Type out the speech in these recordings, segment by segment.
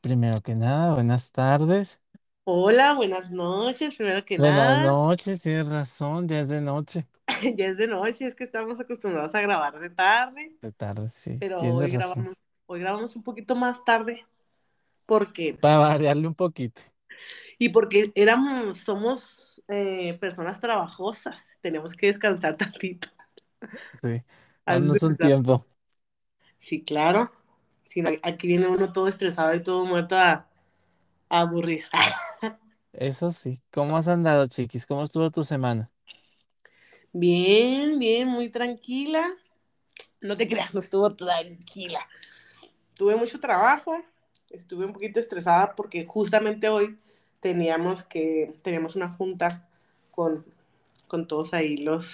Primero que nada, buenas tardes. Hola, buenas noches, primero que Buenas nada. noches, tienes razón, ya es de noche. Ya es de noche, es que estamos acostumbrados a grabar de tarde, De tarde, sí, pero tienes razón. hoy grabamos un poquito más tarde. ¿Por qué? Para variarle un poquito, Y porque somos personas trabajosas, tenemos que descansar tantito. sí. Antes Danos de un empezar. tiempo. Sí, claro. Si no, aquí viene uno todo estresado y todo muerto a aburrir. Eso sí. ¿Cómo has andado, chiquis? ¿Cómo estuvo tu semana? Bien, bien, muy tranquila. No te creas, no estuvo tranquila. Tuve mucho trabajo, estuve un poquito estresada porque justamente hoy teníamos una junta con, con todos ahí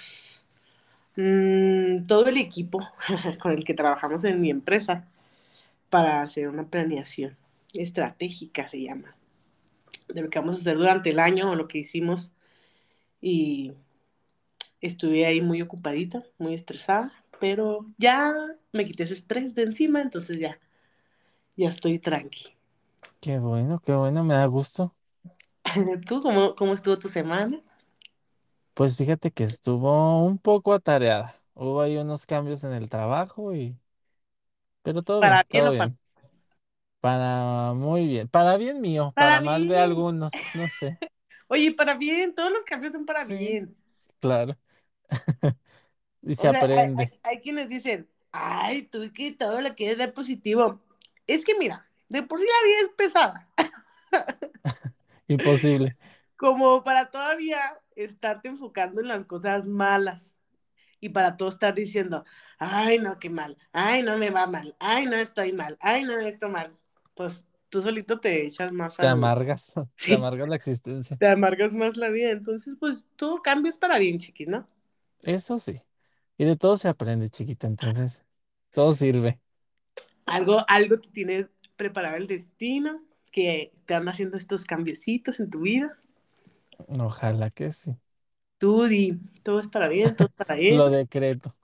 todo el equipo con el que trabajamos en mi empresa para hacer una planeación estratégica, se llama, de lo que vamos a hacer durante el año o lo que hicimos y estuve ahí muy ocupadita, muy estresada, pero ya me quité ese estrés de encima, entonces ya estoy tranqui. Qué bueno, me da gusto. ¿Tú cómo estuvo tu semana? Pues fíjate que estuvo un poco atareada. Hubo ahí unos cambios en el trabajo pero todo bien, ¿Para bien todo o para? bien. Para muy bien, para bien mío, Para para mal de bien. algunos, no sé. Oye, para bien, todos los cambios son para Sí, bien. claro. Y se O sea, aprende. hay quienes dicen, ay, tú que todo lo quieres ver positivo. Es que mira, de por sí la vida es pesada, Imposible. como para todavía estarte enfocando en las cosas malas y para todo estar diciendo, ay, no, qué mal, ay, no me va mal, ay, no estoy mal, ay, no esto mal. Pues tú solito te echas más Te al... amargas, te Sí, amargas la existencia. te amargas más la vida. Entonces, pues todo cambio es para bien, chiquis, ¿no? Eso sí. Y de todo se aprende, chiquita, entonces todo sirve. Algo te tiene preparado el destino, que te anda haciendo estos cambiecitos en tu vida. Ojalá que sí. Tú di, todo es para bien, todo es para bien. Lo decreto.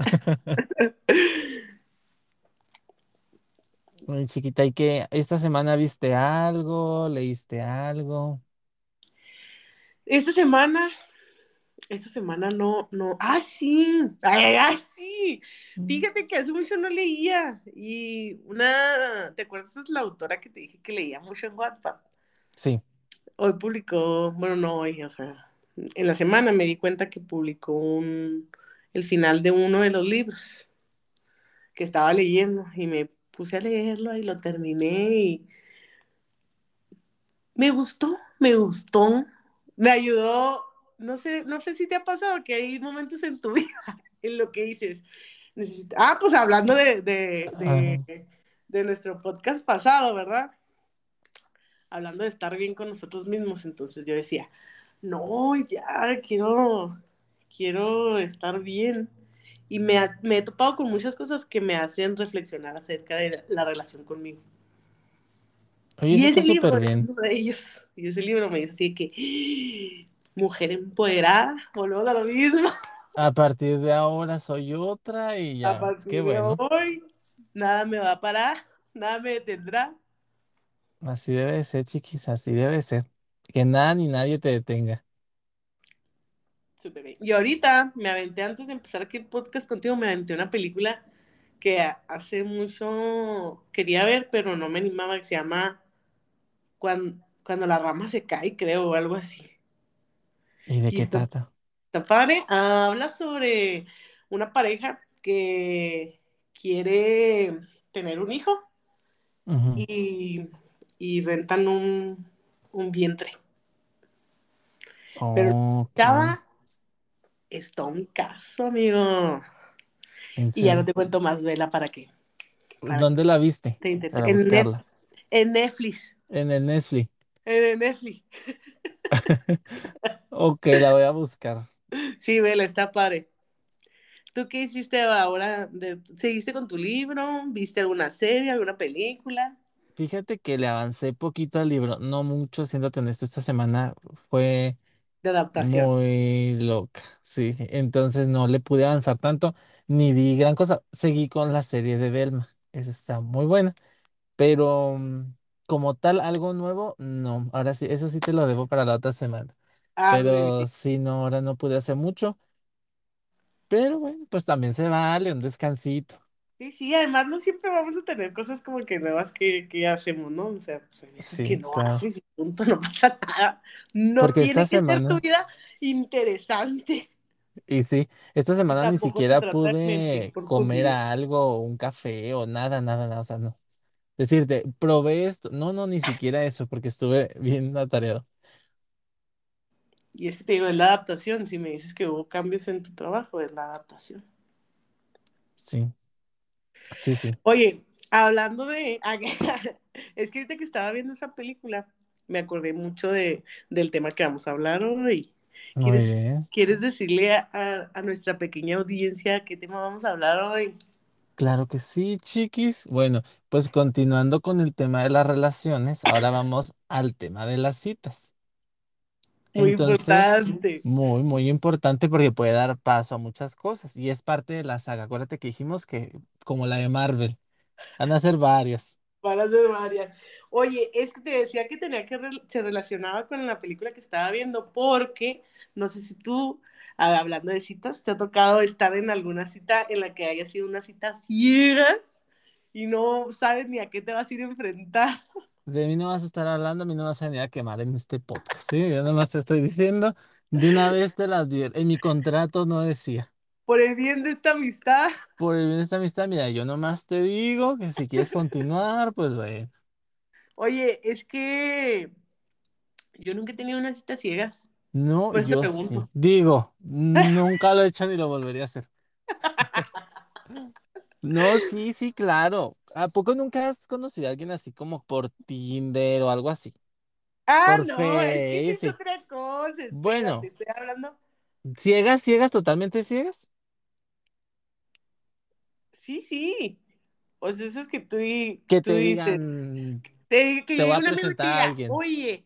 Muy chiquita, ¿y qué? ¿Esta semana viste algo? ¿Leíste algo? Esta semana, esta semana no. ¡Ah, sí! Sí! Mm. Fíjate que hace mucho no leía. ¿Te acuerdas? Es la autora que te dije que leía mucho en Wattpad. Sí. Hoy publicó, bueno, no hoy, o sea, en la semana me di cuenta que publicó el final de uno de los libros que estaba leyendo y me puse a leerlo y lo terminé y me gustó, me ayudó. No sé si te ha pasado que hay momentos en tu vida en lo que dices, pues hablando Ah, de nuestro podcast pasado, ¿verdad? Hablando de estar bien con nosotros mismos, entonces yo decía, no, ya quiero estar bien. Y me he topado con muchas cosas que me hacen reflexionar acerca de la relación conmigo. oye, Y eso ese está libro súper es bien. uno de ellos. Y ese libro me dice así que, mujer empoderada, volvemos a lo mismo. A partir de ahora soy otra y A ya. Qué partir de bueno. hoy, nada me va a parar, nada me detendrá. Así debe de ser, chiquis, así debe de ser. Que nada ni nadie te detenga. Súper bien. Y ahorita me aventé, antes de empezar aquí el podcast contigo, me aventé una película que hace mucho quería ver, pero no me animaba, que se llama Cuando la rama se cae, creo, o algo así. ¿Y de Y qué trata? está padre. Habla sobre una pareja que quiere tener un hijo Ujú. y, y rentan un vientre. Pero Ok, estaba, está un caso, amigo. en Y ya no serio. te cuento más, vela para que ¿Dónde la viste? te Para interese. buscarla. En Netflix. En el Netflix. En Netflix. Ok, la voy a buscar. Sí, vela, está padre. ¿Tú qué hiciste ahora? ¿Seguiste con tu libro? ¿Viste alguna serie, alguna película Fíjate que le avancé poquito al libro, no mucho, siéndote honesto, esta semana fue de adaptación? muy loca, sí, entonces no le pude avanzar tanto, ni vi gran cosa. Seguí con la serie de Velma, esa está muy buena, pero como tal, algo nuevo, no. Ahora sí, eso sí te lo debo para la otra semana. Ah, muy Pero bien. sí, no, ahora no pude hacer mucho. Pero bueno, pues también se vale un descansito. Sí, sí, además no siempre vamos a tener cosas como que nuevas que hacemos, ¿no? O sea, pues hay veces que Sí, no claro. haces y punto, no pasa nada. No Porque esta tiene que ser tu semana, vida interesante y sí, esta y semana ni tampoco se siquiera trata de mentir pude por tu comer vida. algo, un café o nada, nada, nada. O sea, no. Decirte, probé esto. No, no, ni siquiera eso, porque estuve bien atareado. Y es que te digo, es la adaptación. Si me dices que hubo cambios en tu trabajo, es la adaptación. Sí, sí, sí. Oye, hablando de... Es que ahorita que estaba viendo esa película, me acordé mucho del tema que vamos a hablar hoy. Muy ¿Quieres, bien. quieres decirle a nuestra pequeña audiencia qué tema vamos a hablar hoy? Claro que sí, chiquis. Bueno, pues continuando con el tema de las relaciones, ahora vamos al tema de las citas. Muy Entonces, importante. muy, muy importante porque puede dar paso a muchas cosas y es parte de la saga. Acuérdate que dijimos que, como la de Marvel, van a ser varias. Van a ser varias. Oye, es que te decía que tenía que se relacionaba con la película que estaba viendo porque no sé si tú, hablando de citas, te ha tocado estar en alguna cita en la que haya sido una cita ciegas y no sabes ni a qué te vas a ir a enfrentar. De mí no vas a estar hablando, a mí no vas a venir a quemar en este podcast, ¿sí? Yo nomás te estoy diciendo, de una vez te las vi. En mi contrato no decía. Por el bien de esta amistad. Por el bien de esta amistad, mira, yo nomás te digo que si quieres continuar, pues bueno. Oye, es que yo nunca he tenido unas citas ciegas. No, Pues te yo sí. pregunto. Digo, nunca lo he hecho ni lo volvería a hacer. No, sí, sí, claro. ¿A poco nunca has conocido a alguien así como por Tinder o algo así? Ah, Por no, es que sí Face, es sí. otra cosa. Espérate, Bueno, estoy hablando. ciegas, ciegas, totalmente ciegas. Sí, sí. O sea, eso es que Que tú te dices, digan, que te voy llegue a un amigo y te presentar a diga, alguien. oye,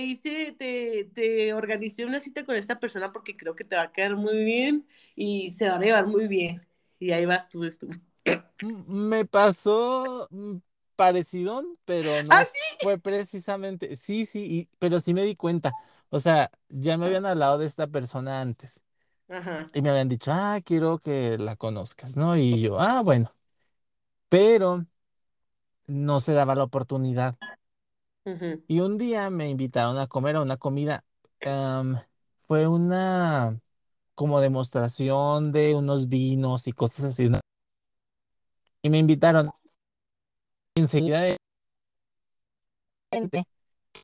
te organicé una cita con esta persona porque creo que te va a quedar muy bien y se va a llevar muy bien. Y ahí vas tú. Me pasó parecido, pero Ah, no sí. fue precisamente, sí, sí, pero sí me di cuenta. O sea, ya me habían hablado de esta persona antes Ajá. y me habían dicho, ah, quiero que la conozcas, ¿no? Y yo, ah, bueno, pero no se daba la oportunidad. Ujú. Y un día me invitaron a comer a una comida. am, Fue una como demostración de unos vinos y cosas así, ¿no? Y me invitaron enseguida de gente.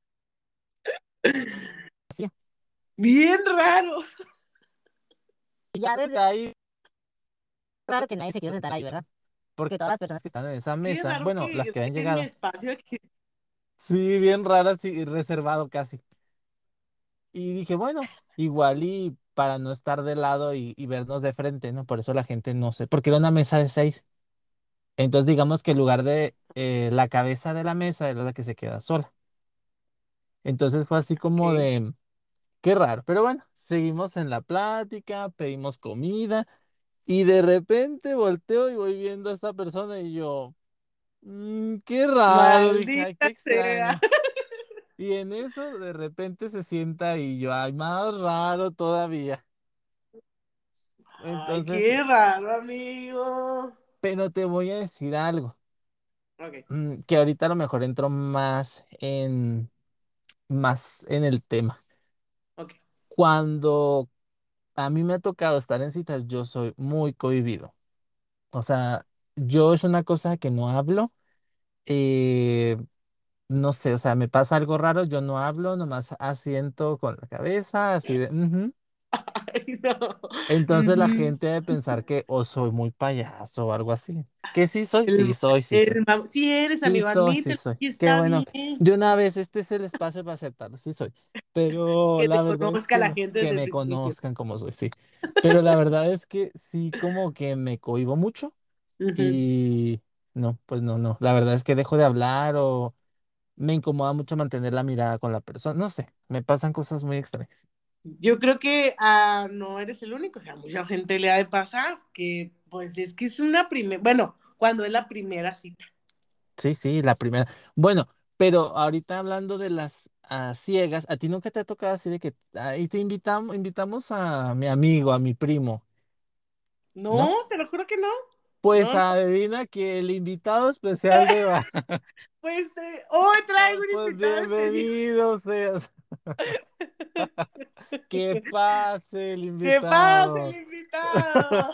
Sí. Bien raro. Y ya desde ahí, claro que nadie se quiere sentar ahí, ¿verdad? Porque todas las personas que están en esa Qué mesa, raro bueno, las que que habían dejen mi llegado, espacio aquí. sí, bien raras y reservado casi. Y dije, bueno, igual y para no estar de lado y vernos de frente, ¿no? Por eso la gente no sé, porque era una mesa de seis. Entonces, digamos que en lugar de la cabeza de la mesa era la que se queda sola. Entonces fue así como Ok. de, qué raro. Pero bueno, seguimos en la plática, pedimos comida y de repente volteo y voy viendo a esta persona y yo, qué raro, dije, ay, qué Maldita sea. extraño. Y en eso de repente se sienta y yo, ay, más raro todavía. Ay, Entonces, qué raro, amigo. pero te voy a decir algo, Ok, que ahorita a lo mejor entro más en el tema. ok. Cuando a mí me ha tocado estar en citas, yo soy muy cohibido. O sea, yo es una cosa que no hablo. eh, no sé, o sea, me pasa algo raro, yo no hablo, nomás asiento con la cabeza, así de, "Ujú". Ay, no. Entonces la Ujú. gente debe pensar que o soy muy payaso o algo así. Que sí soy, El, sí soy, sí soy. sí eres, Sí amigo, soy, sí admítelo, soy. y Qué está bueno. bien. De una vez, este es el espacio para aceptarlo, sí soy. Pero Que te la verdad es conozca que la no, gente que desde el me principio. conozcan como soy, sí. Pero la verdad es que sí, como que me cohíbo mucho Ujú. y no, pues no, no. La verdad es que dejo de hablar o me incomoda mucho mantener la mirada con la persona. No sé, me pasan cosas muy extrañas. Yo creo que no eres el único, o sea, mucha gente le ha de pasar, que pues es que es una primera, bueno, cuando es la primera cita. Sí, sí, la primera. Bueno. Pero ahorita hablando de las ciegas, ¿a ti nunca te ha tocado así de que ahí te invitamos a mi amigo, a mi primo, ¿no? No, te lo juro que no. Pues No, no. adivina que el invitado especial de Pues, hoy traigo un pues invitado especial. bienvenido seas. Que pase el ¡Que pase el invitado. invitado!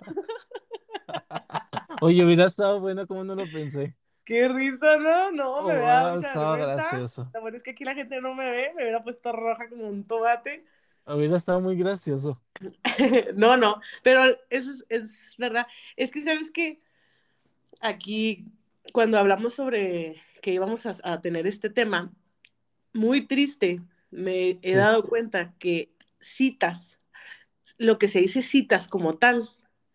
Oye, hubiera estado bueno como no lo pensé. ¡Qué risa, no! No, me da Oh, mucha estaba vergüenza. gracioso. Lo bueno es que aquí la gente no me ve, me hubiera puesto roja como un tomate. Hubiera estado muy gracioso. No, no, pero eso es verdad. Es que, ¿sabes qué? Aquí, cuando hablamos sobre que íbamos a tener este tema, muy triste, me he Sí. dado cuenta que citas, lo que se dice citas como tal,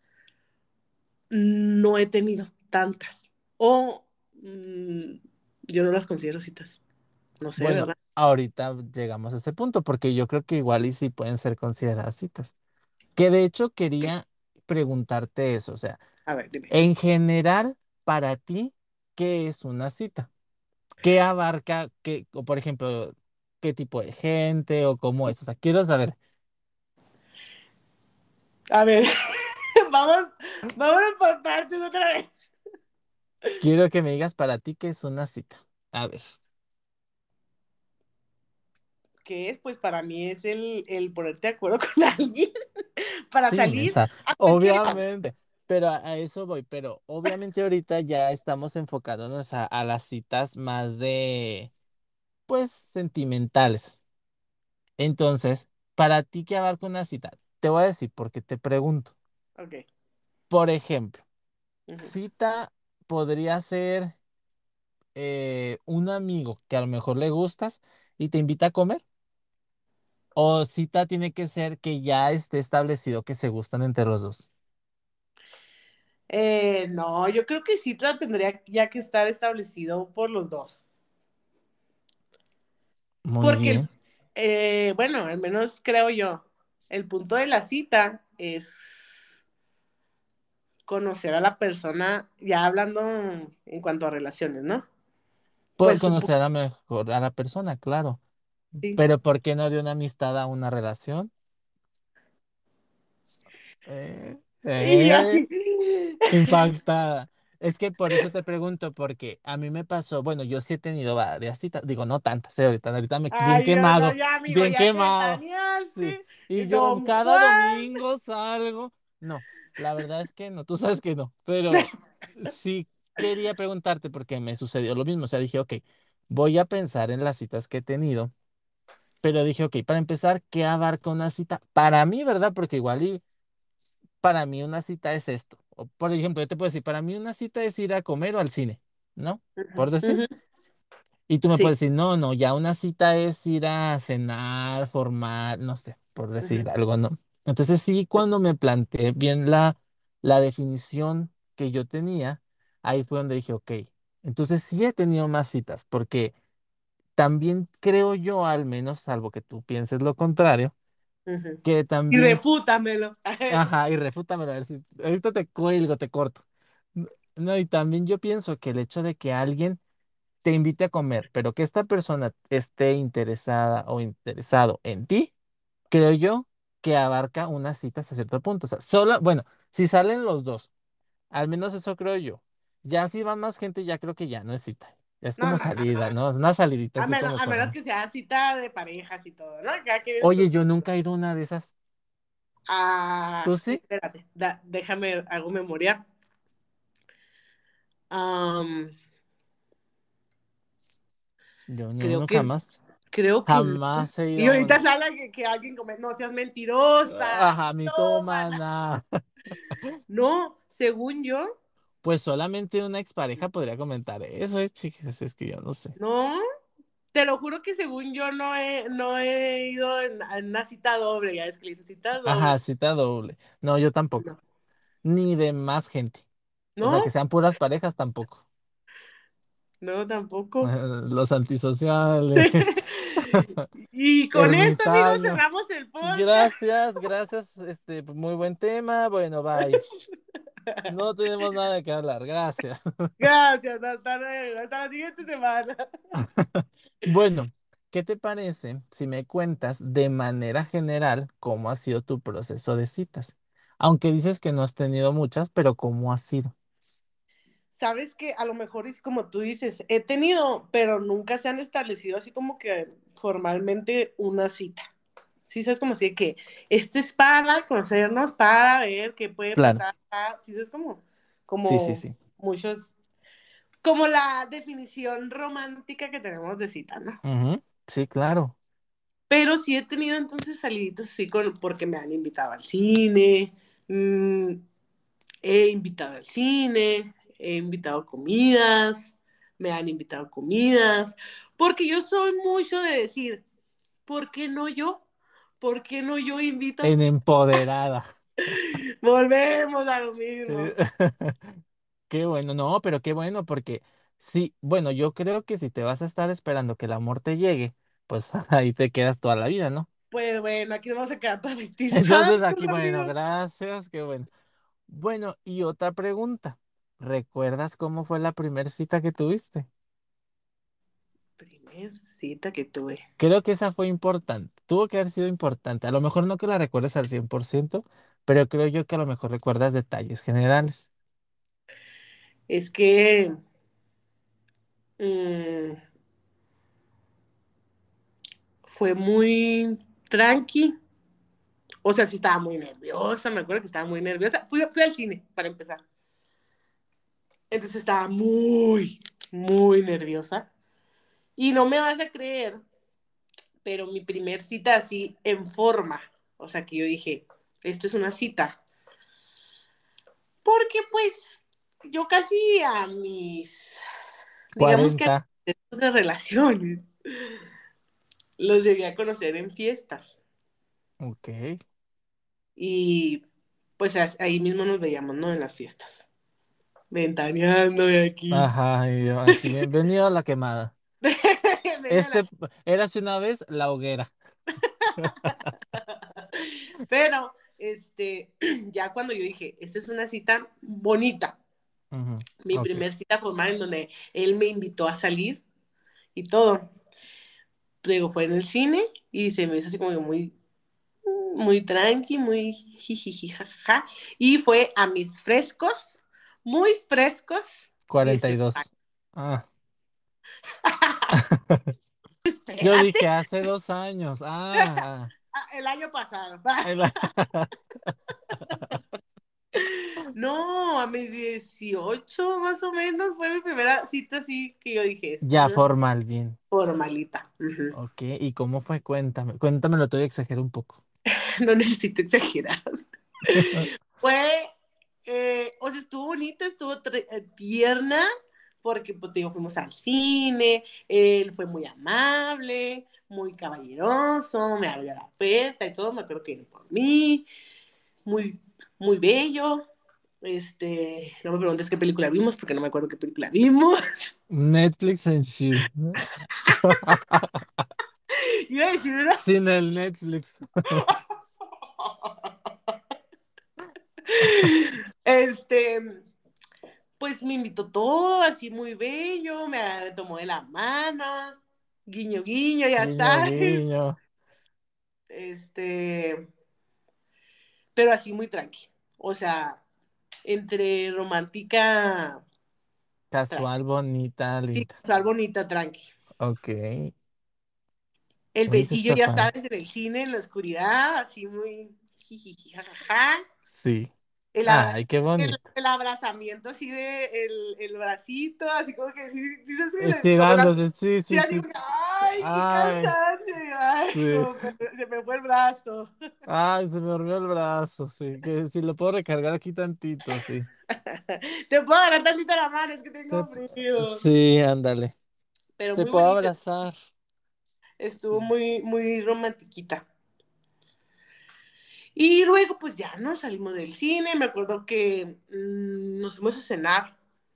no he tenido tantas. O yo no las considero citas. No sé, Bueno, ¿verdad? ahorita llegamos a ese punto porque yo creo que igual y sí pueden ser consideradas citas. Que de hecho quería preguntarte eso, o sea, A ver, dime. en general, para ti, ¿qué es una cita? ¿Qué abarca, qué, o por ejemplo, qué tipo de gente o cómo es? O sea, quiero saber, A ver, vamos, vámonos por partes otra vez. quiero que me digas para ti qué es una cita. A ver. ¿Qué es? Pues para mí es el ponerte de acuerdo con alguien para Sí, salir mensa, a cualquier hora. obviamente, pero a eso voy, pero obviamente ahorita ya estamos enfocándonos a las citas más de, pues, sentimentales. Entonces, para ti, ¿qué abarca una cita? Te voy a decir porque te pregunto. Ok. Por ejemplo, Ujú. cita podría ser un amigo que a lo mejor le gustas y te invita a comer. O cita tiene que ser que ya esté establecido que se gustan entre los dos. No, yo creo que cita tendría ya que estar establecido por los dos. Muy Porque, bien. bueno, al menos creo yo, el punto de la cita es conocer a la persona, ya hablando en cuanto a relaciones, ¿no? Por Pues conocer a mejor a la persona, claro. sí. Pero ¿por qué no de una amistad a una relación? Eh, Y yo eh, así. impactada. Es que por eso te pregunto, porque a mí me pasó, bueno, yo sí he tenido varias citas, digo, no tantas, ahorita bien Ay, Dios, no, quemado, ya, amigo, bien ya te quemado. Sí. ventaneaste. Y yo Don cada Juan. domingo salgo. No, la verdad es que no, tú sabes que no, pero sí quería preguntarte porque me sucedió lo mismo. O sea, dije, ok, voy a pensar en las citas que he tenido, pero dije, ok, para empezar, ¿qué abarca una cita? Para mí, ¿verdad? Porque igual y para mí una cita es esto. O, por ejemplo, yo te puedo decir, para mí una cita es ir a comer o al cine, ¿no? Por decir. Ujú. Y tú me Sí. puedes decir, no, no, ya una cita es ir a cenar, formar, no sé, por Ujú, decir algo, ¿no? Entonces sí, cuando me planteé bien la definición que yo tenía, ahí fue donde dije, ok, entonces sí he tenido más citas, porque también creo yo, al menos, salvo que tú pienses lo contrario, ujú. que Y también. refútamelo. Ajá, y refútamelo, a ver si ahorita te cuelgo, te corto. No, y también yo pienso que el hecho de que alguien te invite a comer, pero que esta persona esté interesada o interesado en ti, creo yo que abarca una cita hasta cierto punto. O sea, solo, bueno, si salen los dos, al menos eso creo yo. Ya si va más gente, ya creo que ya no es cita. Es No, como no, no, salida, ¿no? no. Es una salidita así como A menos con. que sea cita de parejas y todo, ¿no? Cada quien en Oye, su. yo nunca he ido a una de esas. Ah, ¿Tú sí? espérate, déjame, hago memoria. Am, Yo no, creo nunca que, más. creo que no. Jamás he Y ido a ahorita una. sale que alguien come, no seas mentirosa, Ajá, mi toma, tómala. nada. No, según yo, Pues solamente una expareja podría comentar eso, chiquis, es que yo no sé. no. Te lo juro que según yo no he ido en una cita doble, ya es que le dicen cita Ajá, doble. cita doble. No, yo tampoco. No. Ni de más gente. O sea, ¿No? que sean puras parejas tampoco. No, tampoco. Los antisociales. Y con esto, amigos, Ermitaño. cerramos el podcast. Gracias, gracias. Muy buen tema. Bueno, bye. No tenemos nada de qué hablar, gracias. Gracias, hasta luego, hasta la siguiente semana. Bueno, ¿qué te parece si me cuentas de manera general cómo ha sido tu proceso de citas? Aunque dices que no has tenido muchas, pero ¿cómo ha sido? Sabes que a lo mejor es como tú dices, he tenido, pero nunca se han establecido así como que formalmente una cita. Sí, sabes como así de que este es para conocernos, para ver qué puede Claro, pasar. Sí, sabes como, sí, sí, como sí. muchos, como la definición romántica que tenemos de cita, ¿no? Ujú, sí, claro. Pero sí he tenido entonces saliditas así con, porque me han invitado al cine, mm, he invitado al cine, he invitado comidas, me han invitado comidas, porque yo soy mucho de decir, ¿por qué no yo? ¿Por qué no yo invito? En empoderada. Volvemos a lo Eh, mismo. Qué bueno, no, pero qué bueno, porque sí, bueno, yo creo que si te vas a estar esperando que el amor te llegue, pues ahí te quedas toda la vida, ¿no? Pues bueno, aquí nos vamos a quedar para vestir Entonces santos, aquí, bueno, amigo. gracias, qué bueno. Bueno, y otra pregunta. ¿Recuerdas cómo fue la primera cita que tuviste? Primer cita que tuve. Creo que esa fue importante. Tuvo que haber sido importante. A lo mejor no que la recuerdes al 100%, pero creo yo que a lo mejor recuerdas detalles generales. Es que mm, fue muy tranqui. O sea, sí estaba muy nerviosa, me acuerdo que estaba muy nerviosa. Fui al cine, para empezar. Entonces estaba muy, muy nerviosa. Y no me vas a creer, pero mi primer cita así en forma, o sea, que yo dije, esto es una cita. Porque pues yo casi a mis, digamos que a 40. mis años de relaciones, los llegué a conocer en fiestas. Ok. Y pues ahí mismo nos veíamos, ¿no? En las fiestas. Ventaneando de aquí. Ajá, y yo aquí bienvenido a la quemada. Venía la... Érase una vez la hoguera. Pero, ya cuando yo dije, esta es una cita bonita, Ujú, mi ok. primer cita formal en donde él me invitó a salir y todo. Luego fue en el cine y se me hizo así como que muy, muy tranqui, muy jijiji, jajaja. Y fue a mis frescos, muy frescos, cuarenta y 18 años. dos. Ah. Yo Espérate, dije hace 2 años. el año pasado. El- No, a mis 18 más o menos fue mi primera cita así que yo dije, esta es Ya una formal, bien. formalita. Ujú. Ok, ¿y cómo fue? Cuéntame. Cuéntamelo, te voy a exagerar un poco. No necesito exagerar. Fue, o sea, estuvo bonita, estuvo tierna, porque, pues, te digo, fuimos al cine, él fue muy amable, muy caballeroso, me abrió la puerta y todo, me acuerdo que vino por mí, muy, muy bello. No me preguntes qué película vimos, porque no me acuerdo qué película vimos. Netflix and chill. Iba a decir una... Sin el Netflix. Este, pues me invitó todo así muy bello, me tomó de la mano, guiño, guiño, ya Guiño, sabes, guiño. este, pero así muy tranqui, o sea, entre romántica, Casual, bonita, sí, linda. casual, bonita, tranqui. Ok. El Oye, eso besillo, está ya padre. sabes, en el cine, en la oscuridad, así muy jijiji, jajaja. Sí. El, abra Ay, qué bonito. el abrazamiento así de el bracito, así como que sí, sí, sí, como la, Estirándose, sí, sí, sí, así, sí. ay, qué Ay, cansancio, ay, sí. se me fue el brazo. Ay, se me durmió el brazo, sí. Que si lo puedo recargar aquí tantito, sí. Te puedo agarrar tantito la mano, es que Te- tengo frío. Sí, ándale. Pero Te muy puedo bonita, abrazar. estuvo Sí. muy, muy romantiquita. Y luego, pues ya nos salimos del cine, me acuerdo que nos fuimos a cenar,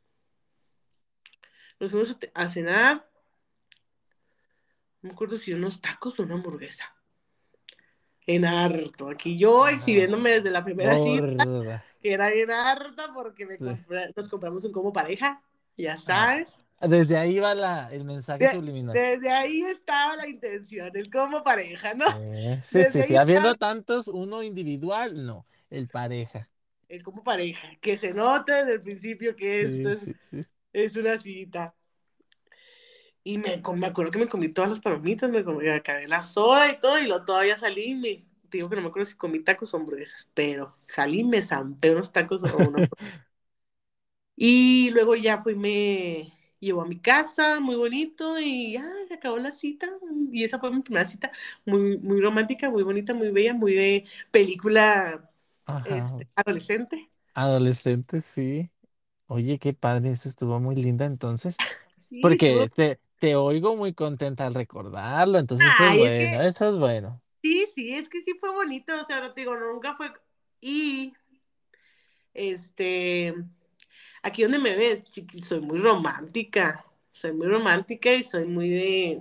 nos fuimos a cenar, no me acuerdo si unos tacos o una hamburguesa. en harto. Aquí yo Ah, exhibiéndome desde la primera cita, gorda. que era bien harta porque Sí. nos compramos un como pareja, ya Ah, sabes. desde ahí va el mensaje subliminal. Desde ahí estaba la intención, el como pareja, ¿no? Sí, sí, Desde sí. ahí estaba Habiendo tantos, uno individual, no. El pareja. el como pareja. Que se note desde el principio que esto Sí, sí, sí. es una cita. Y me acuerdo que me comí todas las palomitas, me acabé la soda y todo, y todavía salí y te digo que no me acuerdo si comí tacos o hamburguesas, pero salí y me zampé unos tacos o una. Y luego ya me llevó a mi casa, muy bonito, y ya se acabó la cita. Y esa fue mi primera cita, muy, muy romántica, muy bonita, muy bella, muy de película Ajá. adolescente. Adolescente, sí. Oye, qué padre, eso estuvo muy linda entonces. Sí, estuvo. Porque te oigo muy contenta al recordarlo, entonces eso es Ay, es bueno, que eso es bueno. sí, sí, es que sí fue bonito, o sea, no te digo, nunca fue. Y este, aquí donde me ves, chiqui, soy muy romántica y soy muy de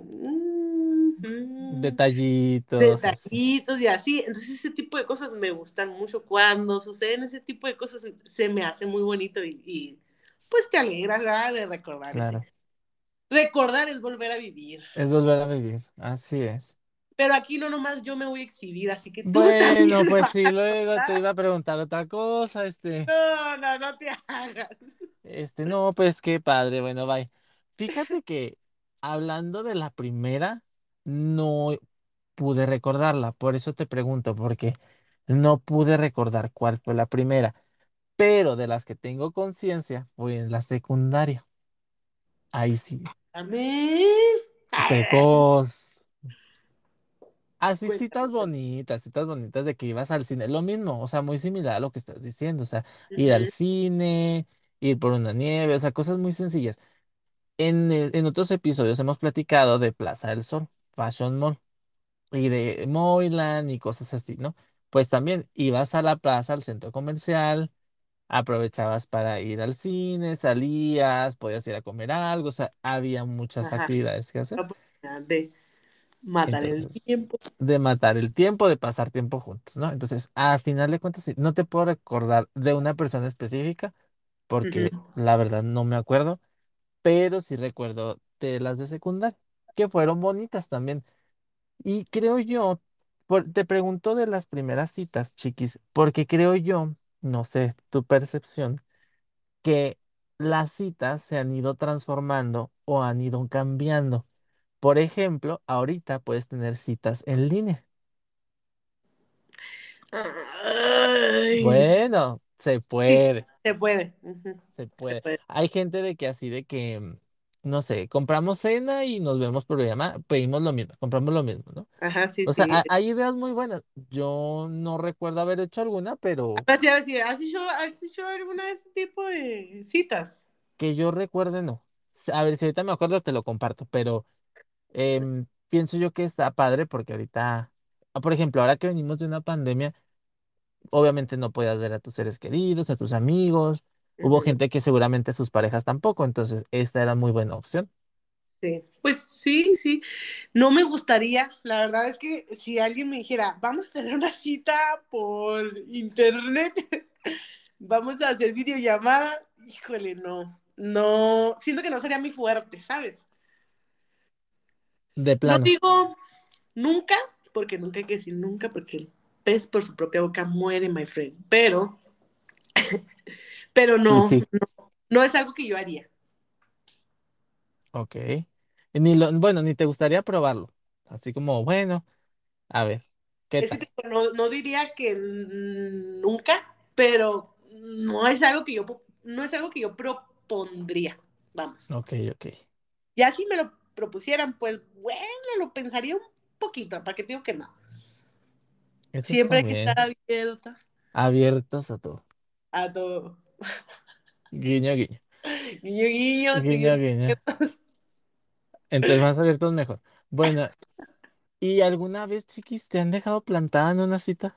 Detallitos, así. detallitos y así. Entonces ese tipo de cosas me gustan mucho. Cuando suceden ese tipo de cosas se me hace muy bonito pues te alegras, ¿verdad? De recordar ese. Claro. Recordar es volver a vivir. Es volver a vivir, así es. Pero aquí no nomás yo me voy a exhibir, así que tú también Bueno, me pues vas sí, a luego te recordar. iba a preguntar otra cosa, No, no, no te hagas. no, pues qué padre, bueno, bye. Fíjate que hablando de la primera, no pude recordarla, por eso te pregunto, porque no pude recordar cuál fue la primera, pero de las que tengo conciencia fue en la secundaria. Ahí sí, Amén. Ay, precoz. Así cuéntame, cuéntame. citas bonitas de que ibas al cine. Lo mismo, o sea, muy similar a lo que estás diciendo, o sea, ir al Ujú. cine, ir por una nieve, o sea, cosas muy sencillas. En otros episodios hemos platicado de Plaza del Sol, Fashion Mall, y de Moyland y cosas así, ¿no? Pues también ibas a la plaza, al centro comercial, aprovechabas para ir al cine, salías, podías ir a comer algo, o sea, había muchas Ajá. actividades que hacer. La oportunidad de matar el Entonces, tiempo. de matar el tiempo, de pasar tiempo juntos, ¿no? Entonces, al final de cuentas, sí, no te puedo recordar de una persona específica, Ujú. porque la verdad no me acuerdo, pero sí recuerdo de las de secundaria, que fueron bonitas también. Y creo yo, te pregunto de las primeras citas, chiquis, porque creo yo, no sé, tu percepción, que las citas se han ido transformando o han ido cambiando. Por ejemplo, ahorita puedes tener citas en línea. Ay, Bueno, se sí, puede, se puede. Ujú, se se puede. puede. Hay gente de que así de que, no sé, compramos cena y nos vemos por llamada, pedimos lo mismo, compramos lo mismo, ¿no? Ajá, sí, O sea, sí. hay ideas muy buenas. Yo no recuerdo haber hecho alguna, pero Así a decir, has hecho alguna de ese tipo de citas? que yo recuerde no. A ver, si ahorita me acuerdo te lo comparto, pero pienso yo que está padre porque ahorita, por ejemplo, ahora que venimos de una pandemia, obviamente no podías ver a tus seres queridos, a tus amigos. Hubo Ujú, gente que seguramente sus parejas tampoco, entonces esta era muy buena opción. sí. Pues sí, sí. No me gustaría, la verdad es que si alguien me dijera, vamos a tener una cita por internet, vamos a hacer videollamada, híjole, no, no, siento que no sería mi fuerte, ¿sabes? De No plano. digo nunca, porque nunca hay que decir nunca, porque el pez por su propia boca muere, my friend, pero Y no, sí, no es algo que yo haría. ok. Bueno, ni te gustaría probarlo. Así como, bueno, a ver, ¿qué Es que tal? no, no diría que nunca, pero no es algo que yo propondría, vamos. Ok, ok. Ya si me lo propusieran, pues bueno, lo pensaría un poquito, ¿para qué te digo que no? Eso Siempre está hay que estar bien. abierta Abiertos a todo. a todo. Guiño, guiño. Guiño, guiño, Guiño, siguiente. guiño. Entonces más abiertos mejor. Bueno, ¿y alguna vez, chiquis, te han dejado plantada en una cita?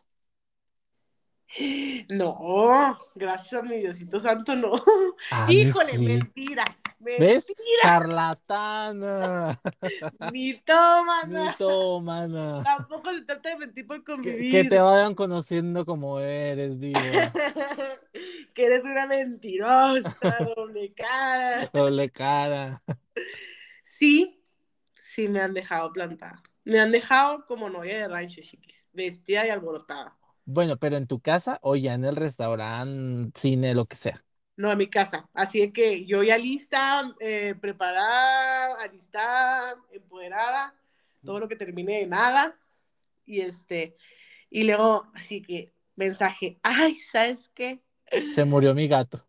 No, gracias a mi Diosito Santo, no. A mí Híjole, sí. mentira. ¿Ves? Mentira, Charlatana. mitómana. Mitómana. Tampoco se trata de mentir por Que te convivir. vayan conociendo como eres, víbora. Que eres una mentirosa, doble cara. Doble cara. Sí, sí me han dejado plantada. Me han dejado como novia de rancho, chiquis, vestida y alborotada. Bueno, pero en tu casa o ya en el restaurante, cine, lo que sea. No, en mi casa. Así de que yo ya lista, preparada, alistada, empoderada, todo lo que termine de nada. Y y luego, así que, mensaje, ay, ¿sabes qué? Se murió mi gato.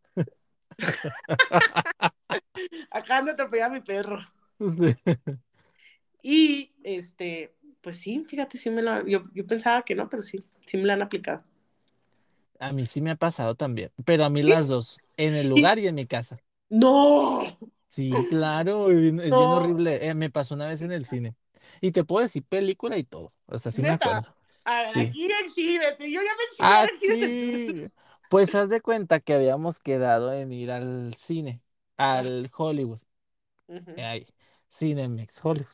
Acaban de atropellar a mi perro. Sí. Y pues sí, fíjate, yo pensaba que no, pero sí, sí me la han aplicado. A mí sí me ha pasado también, pero a mí ¿Sí? las dos, en el lugar y en mi casa. No, Sí, claro, es bien no, horrible. Me pasó una vez en el cine. Y te puedo decir película y todo. O sea, sí me neta. acuerdo. A ver, Sí. aquí exhíbete. Yo ya me exhibí, ahora exhíbete tú. Aquí, pues haz de cuenta que habíamos quedado en ir al cine, Ajá. al Hollywood, Ujú. ahí, Cinemex Hollywood.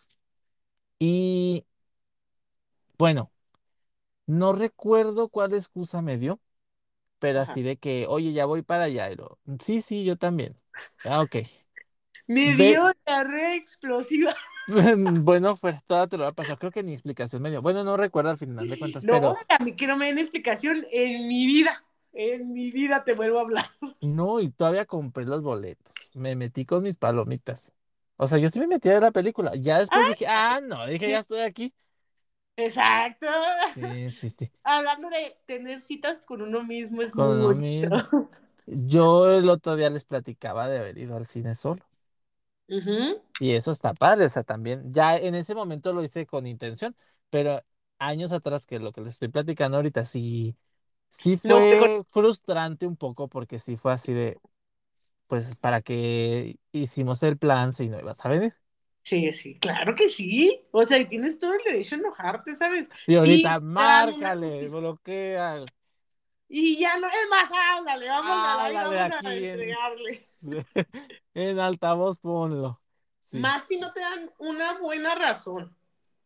Y bueno, no recuerdo cuál excusa me dio, pero Ajá. así de que, oye, ya voy para allá. Sí, sí, yo también. Ah, ok. Me Ve, dio diarrea explosiva. bueno, fuera, toda te lo va a pasar. Creo que ni explicación me dio. Bueno, no recuerdo al final de cuentas, No, pero hombre, a mí que no me den explicación en mi vida. En mi vida te vuelvo a hablar. no, y todavía compré los boletos. Me metí con mis palomitas. O sea, yo sí me metí a ver la película. Ya después dije, ah, no, dije, ya estoy aquí. Exacto. Sí, sí, sí. Hablando de tener citas con uno mismo es Con muy uno bonito. mismo. Yo el otro día les platicaba de haber ido al cine solo. Ujú. Y eso está padre, o sea, también. Ya en ese momento lo hice con intención, pero años atrás que lo que les estoy platicando ahorita, sí, sí No, fue frustrante un poco porque sí fue así de, pues, ¿para qué hicimos el plan si no ibas a venir? sí, sí, claro que sí. O sea, y tienes todo el derecho a enojarte, ¿sabes? Y Sí, ahorita, te dan una márcale, justicia. bloquea, Y ya no, es más, háblale, vamos a la y háblale vamos a aquí entregarle. en altavoz, ponlo. Sí. Más si no te dan una buena razón.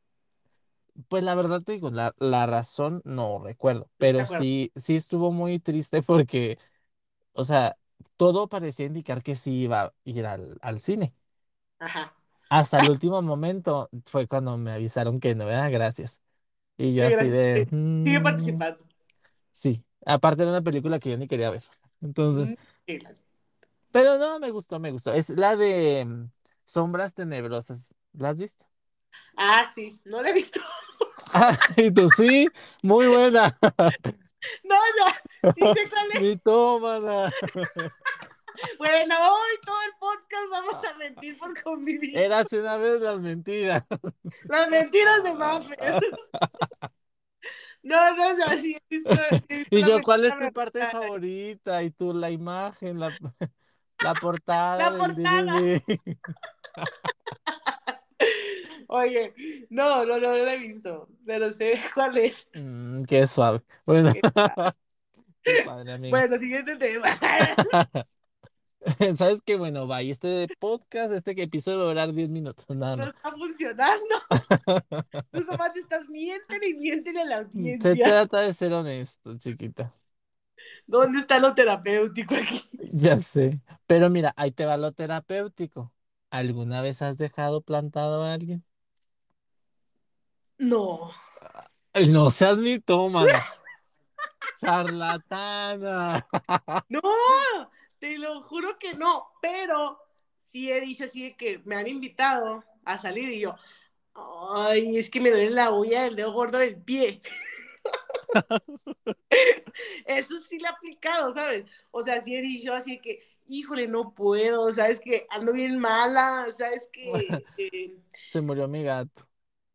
Pues la verdad te digo, la razón no recuerdo, No te pero acuerdo. sí, sí estuvo muy triste porque, o sea, todo parecía indicar que sí iba a ir al cine. Ajá. Hasta el último momento fue cuando me avisaron que no era gracias. Y yo Qué así gracias. de, Sigue participando. sí, aparte era una película que yo ni quería ver. Entonces, Mm, qué la- pero no, me gustó, me gustó. Es la de Sombras Tenebrosas. ¿La has visto? Ah, sí, no la he visto. Ah, y tú sí, muy buena. No, ya, sí sé cuál es. Mitómana. Bueno, hoy todo el podcast vamos a mentir por convivir. Érase una vez las mentiras. Las mentiras de Maffer. No, no, o sea, sí he visto Y la yo, ¿cuál película, es tu parte pero favorita? Y tú, la imagen, la portada la del portada. DVD. Oye, no, no, no, no la he visto, pero sé cuál es. Qué suave. Bueno, Qué padre. qué padre, amiga. Bueno, siguiente tema. ¿Sabes qué? Bueno, bye. Este podcast, este episodio va a durar 10 minutos, nada No más. está funcionando. Tú nomás estás miéntele y miéntele a la Se audiencia. trata de ser honesto, chiquita. ¿Dónde está lo terapéutico aquí? Ya sé. Pero mira, ahí te va lo terapéutico. ¿Alguna vez has dejado plantado a alguien? No, Ay, no seas mitómana. Charlatana. no, te lo juro que no, pero sí he dicho así de que me han invitado a salir y yo, ay, es que me duele la uña del dedo gordo del pie. Eso sí lo he aplicado, ¿sabes? O sea, sí he dicho así que, híjole, no puedo, sabes que ando bien mala, sabes que Se murió mi gato.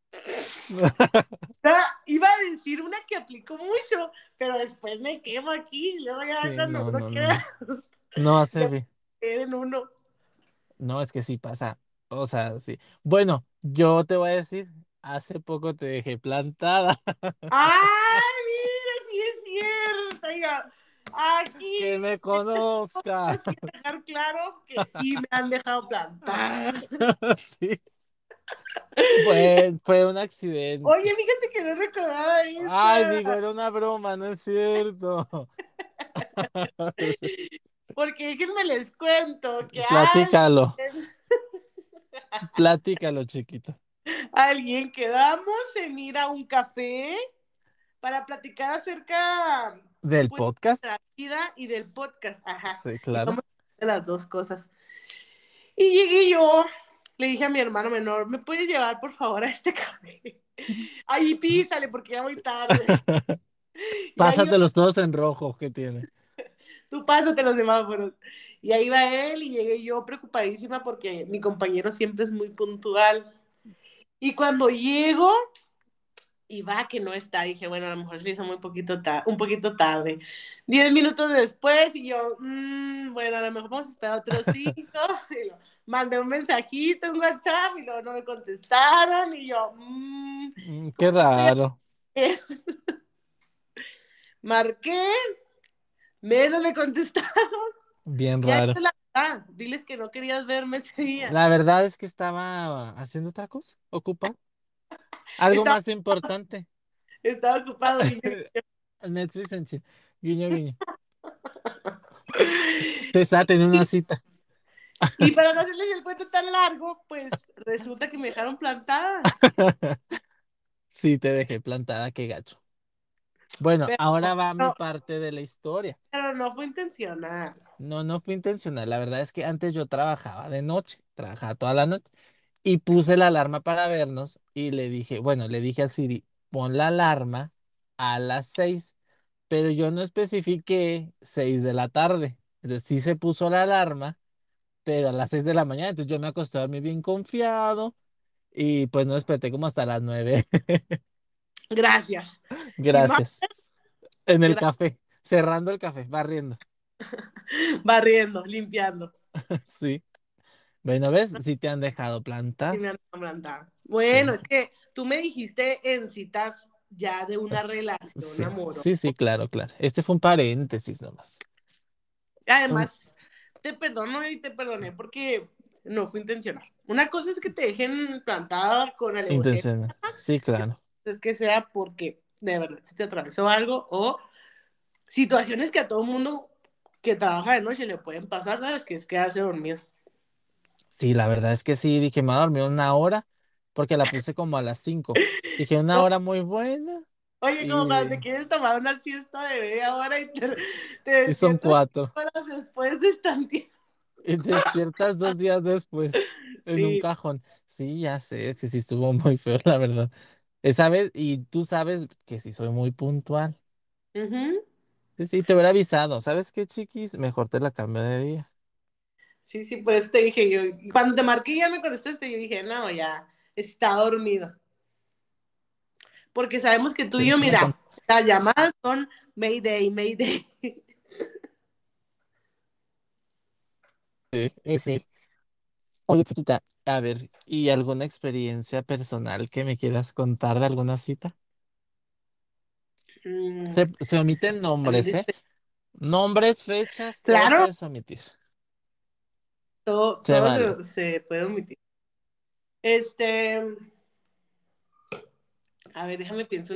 iba a decir una que aplicó mucho, pero después me quemo aquí, y luego ya Sí, cuando no, uno no, no, queda, no. No hace ya bien. queda en uno. No, es que sí pasa. O sea, sí. Bueno, yo te voy a decir, hace poco te dejé plantada. ¡Ay, mira, sí es cierto! Oiga, Aquí Que me conozca. quiero dejar claro que sí me han dejado plantar. Sí, fue un accidente. Oye, fíjate que no recordaba Ay, digo, esa. era una broma, no es cierto. Porque déjenme les cuento que Platícalo, platícalo, chiquito. alguien quedamos en ir a un café para platicar acerca, ¿Del pues, podcast? de la vida y del podcast. Ajá. Sí, Y claro. vamos a hacer las dos cosas. Y llegué yo, le dije a mi hermano menor, ¿me puedes llevar por favor a este café? Ahí písale porque ya voy tarde. Y ahí va, Pásatelos todos en rojo que tiene. tú pásate los semáforos. Y ahí va él y llegué yo preocupadísima porque mi compañero siempre es muy puntual. Y cuando llego, y va que no está, dije, bueno, a lo mejor se le hizo un poquito tarde. 10 minutos después y yo, bueno, a lo mejor vamos a esperar otros 5. Y lo, mandé un mensajito, un WhatsApp y luego no me contestaron y yo, Qué ¿cómo estoy raro. aquí? Marqué, menos me contestaron. Bien Ya esa raro. es la verdad, diles que no querías verme ese día. La verdad es que estaba haciendo otra cosa, ocupado. Algo Estaba, más importante. estaba ocupado, guiño. Netflix en Chile. Guiño, guiño. Te estaba teniendo una cita. Y para no hacerles el cuento tan largo, pues resulta que me dejaron plantada. Sí, te dejé plantada, qué gacho. Bueno, Pero ahora va mi no, parte de la historia. pero no fue intencional. No, no fue intencional. La verdad es que antes yo trabajaba de noche, trabajaba toda la noche y puse la alarma para vernos y le dije, bueno, le dije a Siri, pon la alarma a las 6, pero yo no especifiqué 6 de la tarde. Entonces sí se puso la alarma, pero a las 6 de la mañana. Entonces yo me acosté a dormir bien confiado y pues no desperté como hasta las 9. Gracias. Y más Gracias. En el gra- café, cerrando el café, barriendo. barriendo, limpiando. Sí. Bueno, ¿ves? Sí te han dejado Y plantar. me han mandado. Sí. Bueno, es que tú me dijiste en citas ya de una relación Sí, amorosa. sí, sí, claro, claro. Este fue un paréntesis nomás. Un Además, te perdono y te perdoné porque no fue intencional. Una cosa es que te dejen plantada con alevosía, intencional. Sí, claro. es que sea porque de verdad se te atravesó algo o situaciones que a todo mundo que trabaja de noche le pueden pasar, ¿sabes? Que es quedarse dormido. Sí, la verdad es que sí, dije, me voy a dormir una hora porque la puse como a las 5. Dije, una No, hora muy buena oye, como cuando y, te quieres tomar una siesta de media hora y te y son despiertas 4. horas después de estar Y te despiertas 2 días después en un Sí. cajón. Sí, ya sé, es que sí estuvo muy feo, la verdad. Esa vez, y tú sabes que sí soy muy puntual. Ujú. Sí, sí, te hubiera avisado. ¿Sabes qué, chiquis? Mejor te la cambio de día. Sí, sí, por eso te dije yo. Cuando te marqué y ya me contestaste, yo dije, no, ya está dormido. Porque sabemos que tú y Sí, yo, me mira, las llamadas son Mayday, Mayday. conté. Sí. Oye, chiquita, a ver, ¿y alguna experiencia personal que me quieras contar de alguna cita? Mm, Se omiten también nombres, ¿eh? Nombres, fechas, todo claro, puedes omitir. todo, Se todo vale. se puede omitir. Este, a ver, déjame pienso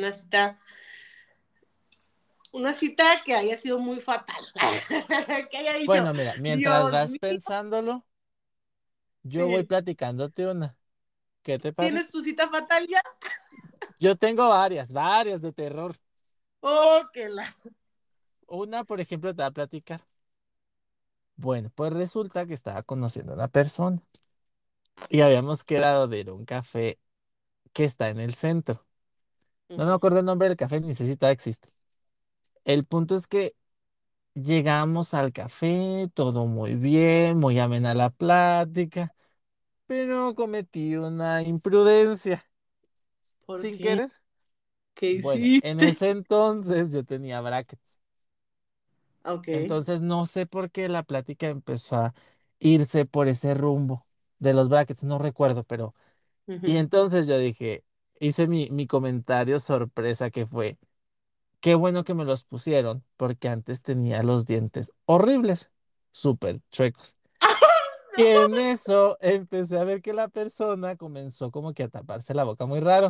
una cita que haya sido muy fatal. Que haya dicho, Bueno, mira, mientras Dios vas mío, pensándolo, yo voy sí. platicándote una. ¿Qué te ¿Tienes parece? tu cita fatal ya? Yo tengo varias, varias de terror. Oh, que la. Una, por ejemplo, te voy a platicar. Bueno, pues resulta que estaba conociendo a una persona y habíamos quedado de ir a un café que está en el centro. No me Ujú. acuerdo el nombre del café, ni sé si todavía existe. El punto es que llegamos al café, todo muy bien, muy amena la plática, pero cometí una imprudencia ¿Por sin qué? querer. ¿Qué Bueno, en hiciste? ese entonces yo tenía brackets. Ok. Entonces no sé por qué la plática empezó a irse por ese rumbo de los brackets, no recuerdo, pero... Y Ujú. entonces yo dije, hice mi comentario sorpresa que fue. Qué bueno que me los pusieron, porque antes tenía los dientes horribles, súper chuecos. Y en eso empecé a ver que la persona comenzó como que a taparse la boca muy raro.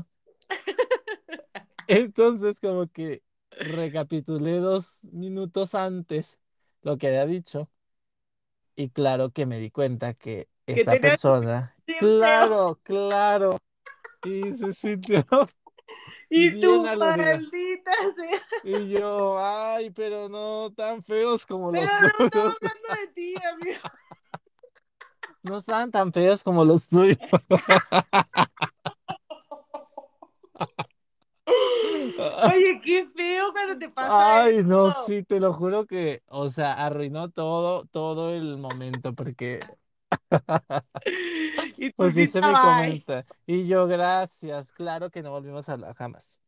Entonces como que recapitulé 2 minutos antes lo que había dicho y claro que me di cuenta que Que esta tenía persona, bien feo. claro, claro, y se sintió Y bien tu aludida. maldita sea. Y yo, ay, pero no tan feos como Pero los no estaba tuyos. hablando de ti, amigo. No estaban tan feos como los tuyos. Oye, qué feo cuando te pasa Ay, no, eso. sí, te lo juro que, o sea, arruinó todo, todo el momento, porque Y tu pues hice cita, mi bye. comenta. Y yo, gracias, claro que no volvimos a hablar jamás.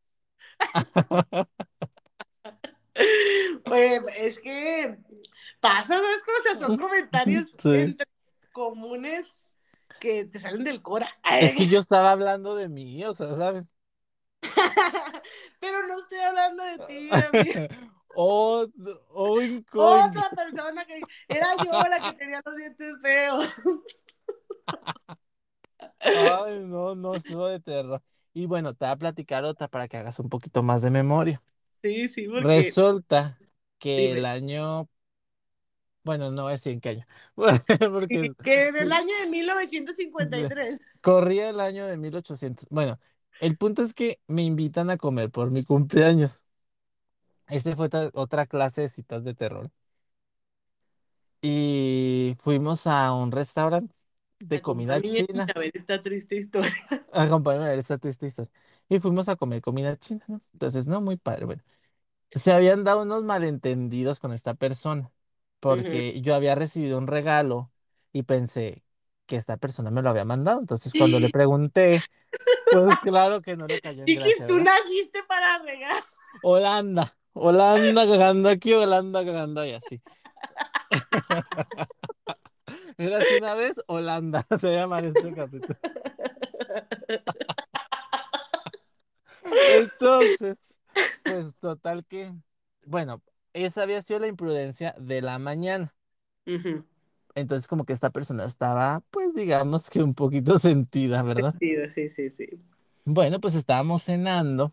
Oye, es que pasa esas cosas, son comentarios Sí. entre comunes que te salen del cora. Es que yo estaba hablando de mí, o sea, ¿sabes? Pero no estoy hablando de ti, amigo. Oh, oink, oink. Otra persona que era yo la que tenía los dientes feos. Ay, no, no, estuvo de terror. Y bueno, te voy a platicar otra para que hagas un poquito más de memoria. Sí, sí, porque Resulta que el dime. año, bueno, no es 100 qué año, porque Que en el año de de- 1953. corría el año de 1800. Bueno, el punto es que me invitan a comer por mi cumpleaños. Este fue otra clase de citas de terror. Y fuimos a un restaurante de comida Acompáñenme china. a ver esta triste historia. Acompáñame a ver esta triste historia. Y fuimos a comer comida china, ¿no? Entonces, no, muy padre. Bueno, se habían dado unos malentendidos con esta persona, Ujú. porque yo había recibido un regalo y pensé que esta persona me lo había mandado. Entonces, cuando le pregunté, pues claro que no le cayó en Chiquis, gracia, tú ¿verdad? naciste para regar. Holanda, Holanda cagando aquí, Holanda cagando allá, sí. Era así una vez, Holanda, se llama este capítulo. Entonces, pues total que, bueno, esa había sido la imprudencia de la mañana. Ujú. Entonces, como que esta persona estaba, pues digamos que un poquito sentida, ¿verdad? Sí, sí, sí, sí. Bueno, pues estábamos cenando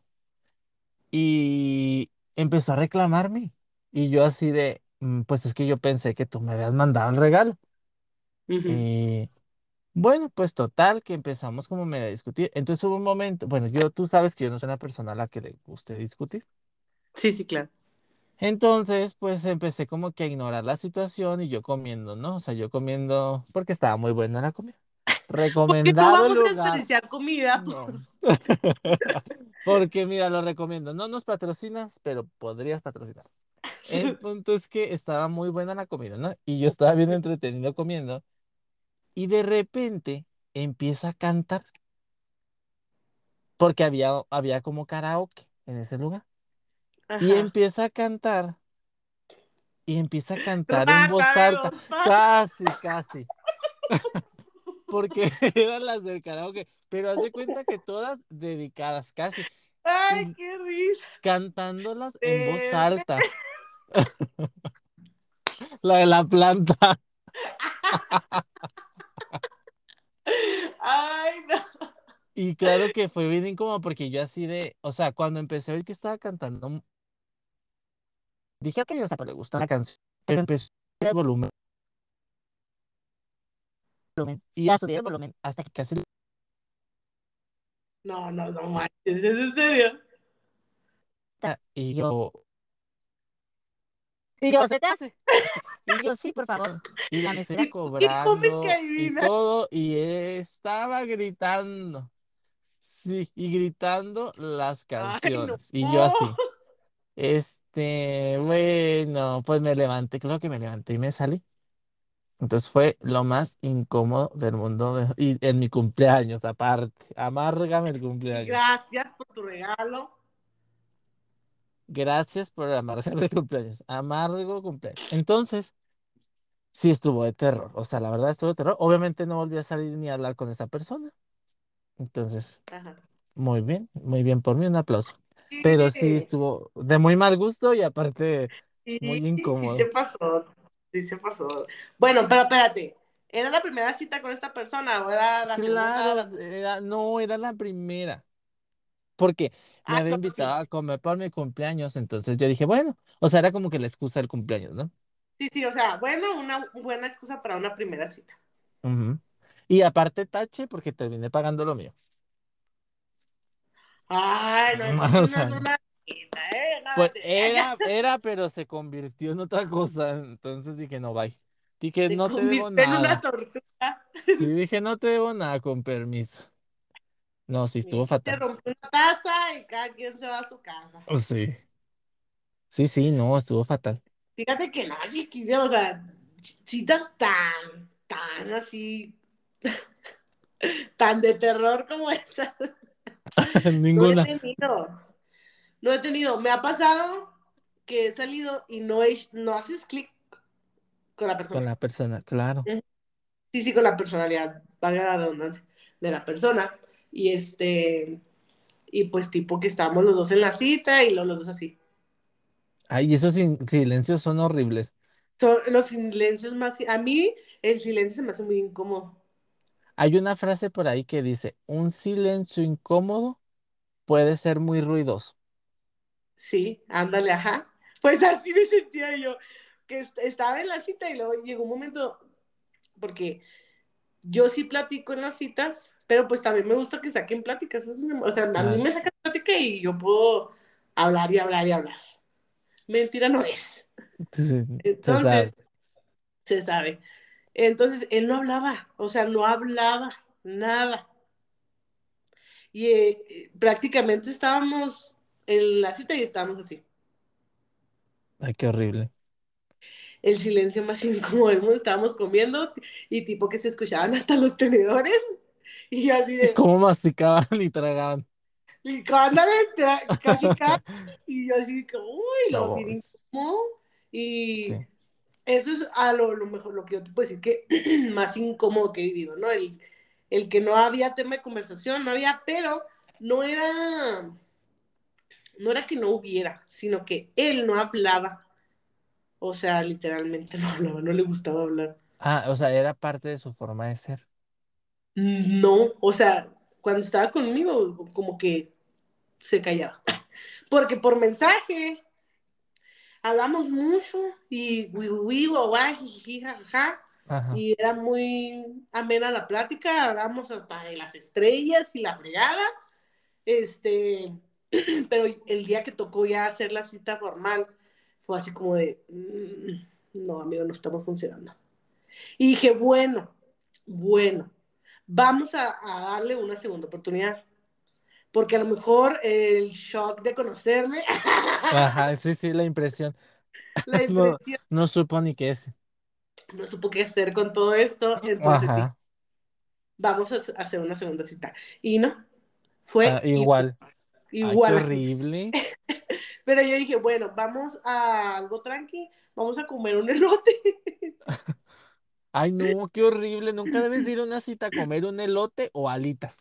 y empezó a reclamarme. Y yo así de, pues es que yo pensé que tú me habías mandado el regalo. Ujú. Y bueno, pues total, que empezamos como medio a discutir. Entonces hubo un momento, bueno, tú sabes que yo no soy una persona a la que le guste discutir. Sí, sí, claro. Entonces, pues empecé como que a ignorar la situación y yo comiendo, ¿no? O sea, yo comiendo porque estaba muy buena la comida. Porque no Recomendado el vamos a lugar. desperdiciar comida. No. Porque mira, lo recomiendo. No nos patrocinas, pero podrías patrocinar. El punto es que estaba muy buena la comida, ¿no? Y yo estaba bien entretenido comiendo y de repente empieza a cantar porque había como karaoke en ese lugar. Y Ajá. empieza a cantar y empieza a cantar en voz Rata de alta, dos patas. casi, casi. Porque eran las del karaoke, pero haz de cuenta que todas dedicadas casi Ay, y qué risa. cantándolas en voz Bebé. alta, la de la planta. Ay, no. Y claro que fue bien incómodo porque yo así de, o sea, cuando empecé a oír que estaba cantando, dije, ok, o sea, pues le gustó la canción, pero empezó a subir el y a subir el volumen hasta que casi No, no, no manches, ¿es en serio? y yo, ¿se te hace? Y yo, sí, por favor. Y la mesera ¿Qué comes que cobrando y adivina? todo, y estaba gritando. Sí, y gritando las Ay, no. canciones. Y yo así, bueno, pues me levanté, creo que me levanté y me salí. Entonces fue lo más incómodo del mundo y en mi cumpleaños, aparte. Amárgame el Y cumpleaños. gracias por tu regalo. Gracias por amargarme el cumpleaños. Amargo cumpleaños. Entonces, sí estuvo de terror. O sea, la verdad estuvo de terror. Obviamente no volví a salir ni a hablar con esta persona. Entonces, Ajá. muy bien por mí, un aplauso. pero sí Sí, estuvo de muy mal gusto y aparte sí, muy sí se incómodo. pasó. Sí se pasó. Bueno, pero espérate. ¿Era la primera cita con esta persona o era la segunda? Claro, no, era la primera, porque me Ah, había no, sí. invitado a comer por mi cumpleaños, entonces yo dije, bueno, o sea, era como que la excusa del cumpleaños, ¿no? Sí, sí, o sea, bueno, una buena excusa para una primera cita. Ujú. Y aparte tache porque terminé pagando lo mío. Ay, no, entonces O no es sea, una cita, ¿eh? No pues te era, hagas. pero se convirtió en otra cosa. Entonces dije, no, bye. Dije, Se no te debo convirtió en una nada. tortuga. Sí, dije, no te debo nada, con permiso. No, sí, estuvo Te fatal. rompió una taza y cada quien se va a su casa. Sí, sí, sí, no, estuvo fatal. Fíjate que nadie quise, o sea, citas tan así, tan de terror como esa. No he Ninguna tenido, no he tenido. Me ha pasado que he salido y no haces clic con la con persona. la persona, claro. Sí, sí, con la personalidad, valga la redundancia, de la persona. Y y pues tipo que estábamos los dos en la cita y los dos así. Ay, esos silencios son horribles. Son los silencios más, a mí el silencio se me hace muy incómodo. Hay una frase por ahí que dice, un silencio incómodo puede ser muy ruidoso. Sí, ándale, ajá. Pues así me sentía yo, que estaba en la cita y luego llegó un momento, porque yo sí platico en las citas, pero pues también me gusta que saquen pláticas. O sea, a mí Claro. me sacan plática y yo puedo hablar y hablar y hablar. Mentira no es. Sí, se sabe. Entonces, se sabe. Entonces, él no hablaba, o sea, no hablaba nada. Y prácticamente estábamos en la cita y estábamos así. Ay, qué horrible. El silencio más incómodo del mundo, estábamos comiendo y tipo que se escuchaban hasta los tenedores. Y yo así ¿Y de, cómo masticaban y tragaban? y ándale, casi casi. Y yo así como, uy, lo No, bien incómodo. Y sí. eso es a lo mejor, lo que yo te puedo decir que más incómodo que he vivido, ¿no? El que no había tema de conversación, no había, pero no era, no era que no hubiera, sino que él no hablaba. O sea, literalmente no hablaba, no le gustaba hablar. Ah, o sea, era parte de su forma de ser. No, o sea, cuando estaba conmigo, como que se callaba. Porque por mensaje hablamos mucho y guau, jiji, jajaja, Ajá. y era muy amena la plática, hablamos hasta de las estrellas y la fregada, este, pero el día que tocó ya hacer la cita formal, fue así como de, no, amigo, no estamos funcionando. Y dije, bueno, vamos a darle una segunda oportunidad, porque a lo mejor el shock de conocerme, Ajá, sí, sí, la impresión. la No, impresión, no supo ni qué es. no supo qué hacer con todo esto, entonces dije, Ajá. vamos a hacer una segunda cita. Y no, Ah, fue igual. Ay, qué igual así. horrible. Pero yo dije, bueno, vamos a algo tranqui, vamos a comer un elote. Ay, no, qué horrible. Nunca debes de ir a una cita a comer un elote o alitas.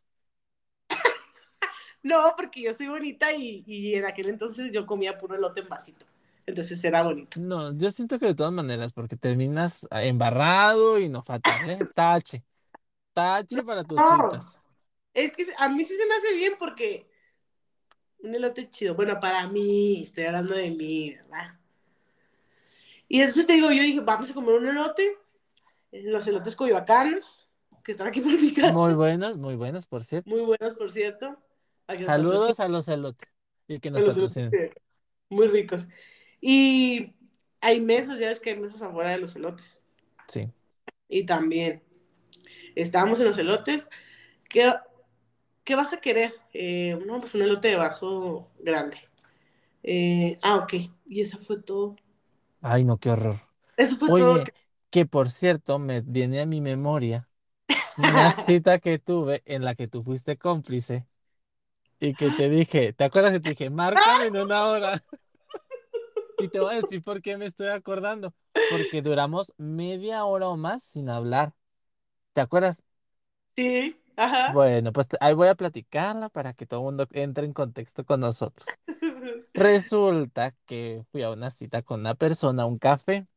No, porque yo soy bonita y en aquel entonces yo comía puro elote en vasito. Entonces era bonito. No, yo siento que de todas maneras, porque terminas embarrado y no fatal, ¿eh? Tache. Tache para tus No, citas. es que a mí sí se me hace bien porque un elote chido. Bueno, para mí, estoy hablando de mí, ¿verdad? Y entonces te digo, yo dije, vamos a comer un elote, los elotes coyoacanos, que están aquí por mi casa, Muy buenos, por cierto. muy buenos, por cierto, a que nos patrocinen, Saludos a los elotes y que nos los elotes patrocinen. muy ricos. Y hay mesas, ya ves que hay mesas afuera de los elotes. Sí. Y también, estábamos en los elotes, ¿qué, qué vas a querer? No, pues un elote de vaso grande. Ok, y eso fue todo. Ay, no, qué horror. Eso fue todo lo Oye, que... que por cierto, me viene a mi memoria una cita que tuve en la que tú fuiste cómplice y que te dije, ¿te acuerdas que te dije, márcame en una hora? Y te voy a decir por qué me estoy acordando. Porque duramos media hora o más sin hablar. ¿Te acuerdas? Sí, Ajá. Bueno, pues ahí voy a platicarla para que todo el mundo entre en contexto con nosotros. Resulta que fui a una cita con una persona, a un café.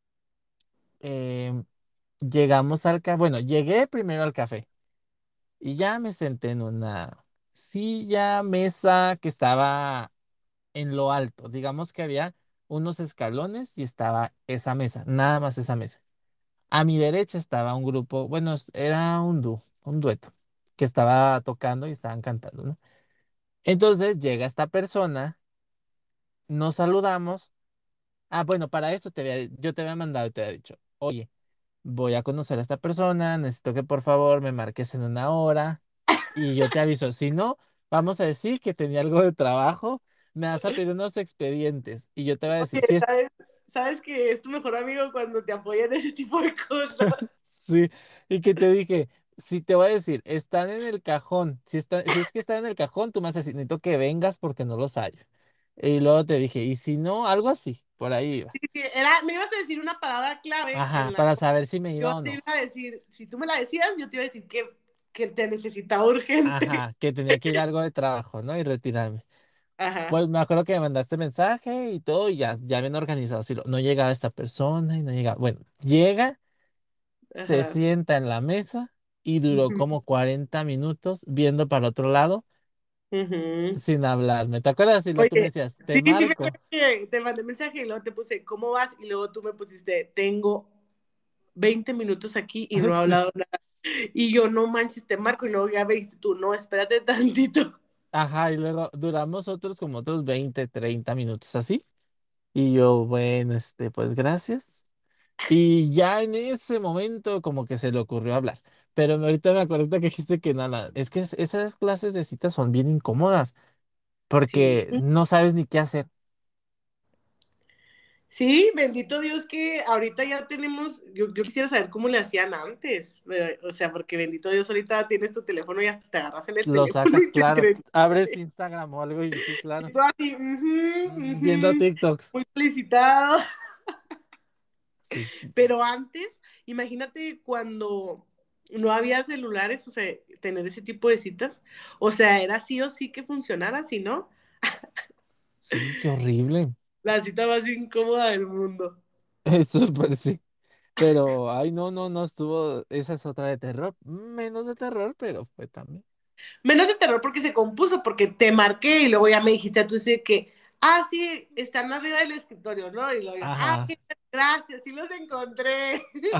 em, Llegamos al café, bueno, llegué primero al café y ya me senté en una silla, mesa que estaba en lo alto. Digamos que había unos escalones y estaba esa mesa, nada más esa mesa. A mi derecha estaba un grupo, bueno, era un dueto, que estaba tocando y estaban cantando, ¿no? Entonces llega esta persona, nos saludamos. Ah, bueno, para esto yo te había mandado y te había dicho, oye, voy a conocer a esta persona, necesito que por favor me marques en una hora y yo te aviso. Si no, vamos a decir que tenía algo de trabajo, me vas a pedir unos expedientes y yo te voy a decir, Oye, si es, ¿sabes que es tu mejor amigo cuando te apoya en ese tipo de cosas? sí, y que te dije, si te voy a decir, están en el cajón, si es que están en el cajón, tú me vas a decir, necesito que vengas porque no los hallo. Y luego te dije, y si no, algo así, por ahí iba. Sí, sí, me ibas a decir una palabra clave Ajá, en la para cual saber si me yo iba o te no. iba a decir, si tú me la decías, yo te iba a decir que te necesitaba urgente. Ajá, que tenía que ir a algo de trabajo, ¿no? Y retirarme. Ajá, Pues me acuerdo que me mandaste mensaje y todo, y ya bien organizado. Si no llegaba esta persona y no llegaba. Bueno, llega, se ajá. sienta en la mesa y duró Ujú, como 40 minutos viendo para otro lado ujú. sin hablarme. ¿Te acuerdas? Y luego tú me Oye, decías, te sí, sí me marco. acuerdo que te mandé mensaje y luego te puse, ¿cómo vas? Y luego tú me pusiste, tengo 20 minutos aquí y no he Sí. hablado nada. Y yo, no manches, te marco. Y luego ya me dijiste tú, no, espérate tantito. Ajá, y luego duramos como otros 20 30 minutos así. Y yo, bueno, pues gracias. Y ya en ese momento como que se le ocurrió hablar. Pero ahorita me acuerdo que dijiste que nada, es que esas clases de citas son bien incómodas Sí, porque no sabes ni qué hacer. sí, bendito Dios que ahorita ya tenemos, yo quisiera saber cómo le hacían antes, o sea, porque bendito Dios ahorita tienes tu teléfono y hasta te agarras en el Lo teléfono sacas, y se claro, entretiene. abres Instagram o algo y sí, Y claro. tú así, ujú, Viendo ujú, TikToks. muy felicitado. Sí, Pero antes, imagínate cuando no había celulares, o sea, tener ese tipo de citas, o sea, era sí o sí que funcionara, si no, sí, qué horrible. la cita más incómoda del mundo. Eso parece. Pero, ay, no, no, no estuvo. Esa es otra de terror. Menos de terror, pero fue también. Menos de terror porque se compuso, porque te marqué y luego ya me dijiste tú sí que, sí, están arriba del escritorio, ¿no? Y luego yo, Ajá. qué gracias, sí los encontré.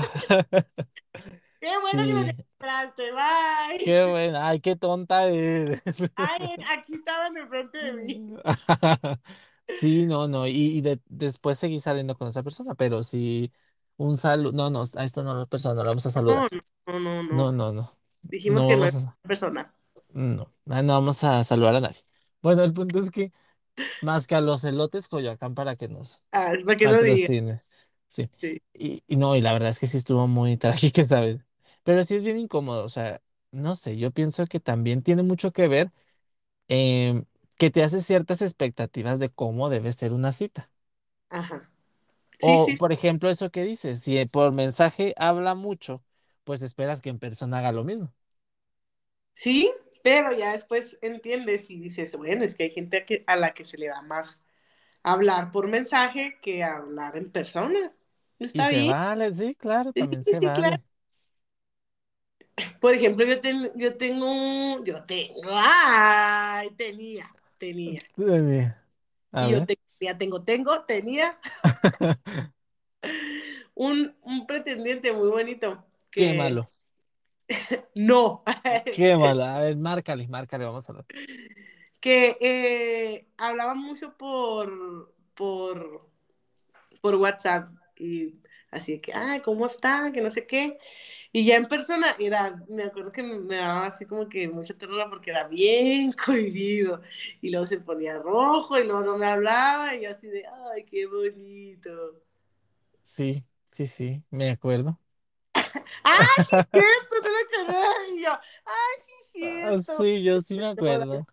Qué bueno que los Sí, encontraste, bye. qué buena. Ay, qué tonta eres. Ay, aquí estaban enfrente de mí. Sí, no, no. Después seguí saliendo con esa persona, pero sí, un saludo. No, no, a esta no la persona no la vamos a saludar. No, no, no, No, no. no, no. Dijimos No que no vamos es a. persona. No, no vamos a saludar a nadie. Bueno, el punto es que más que a los elotes Coyoacán para que nos Para que no diga. patrocine. Sí. Sí. Y no, y la verdad es que sí estuvo muy trágico, ¿sabes? Pero sí es bien incómodo. O sea, no sé, yo pienso que también tiene mucho que ver em, que te hace ciertas expectativas de cómo debe ser una cita. Ajá. Sí, O, sí, por ejemplo, eso que dices, si por mensaje habla mucho, pues esperas que en persona haga lo mismo. sí, pero ya después entiendes y dices, bueno, es que hay gente a la que se le da más hablar por mensaje que hablar en persona. Y Está se bien. vale, sí, claro, Sí, también se sí, claro. vale. Por ejemplo, ay, tenía. A Y ver, tenía un pretendiente muy bonito qué que malo, no, qué malo. A ver, márcale, márcale, vamos a ver. que hablaba mucho por WhatsApp y así de que, ay, ¿cómo está? Que no sé qué. Y ya en persona me acuerdo que me daba así como que mucha ternura porque era bien cohibido. Y luego se ponía rojo y luego no me hablaba y yo así de, ay, qué bonito. Sí, sí, sí, me acuerdo. ¡Ah, sí, es cierto! ¡No lo conozco! Y yo, ¡ay, sí, es Ah, cierto! sí, yo sí me acuerdo.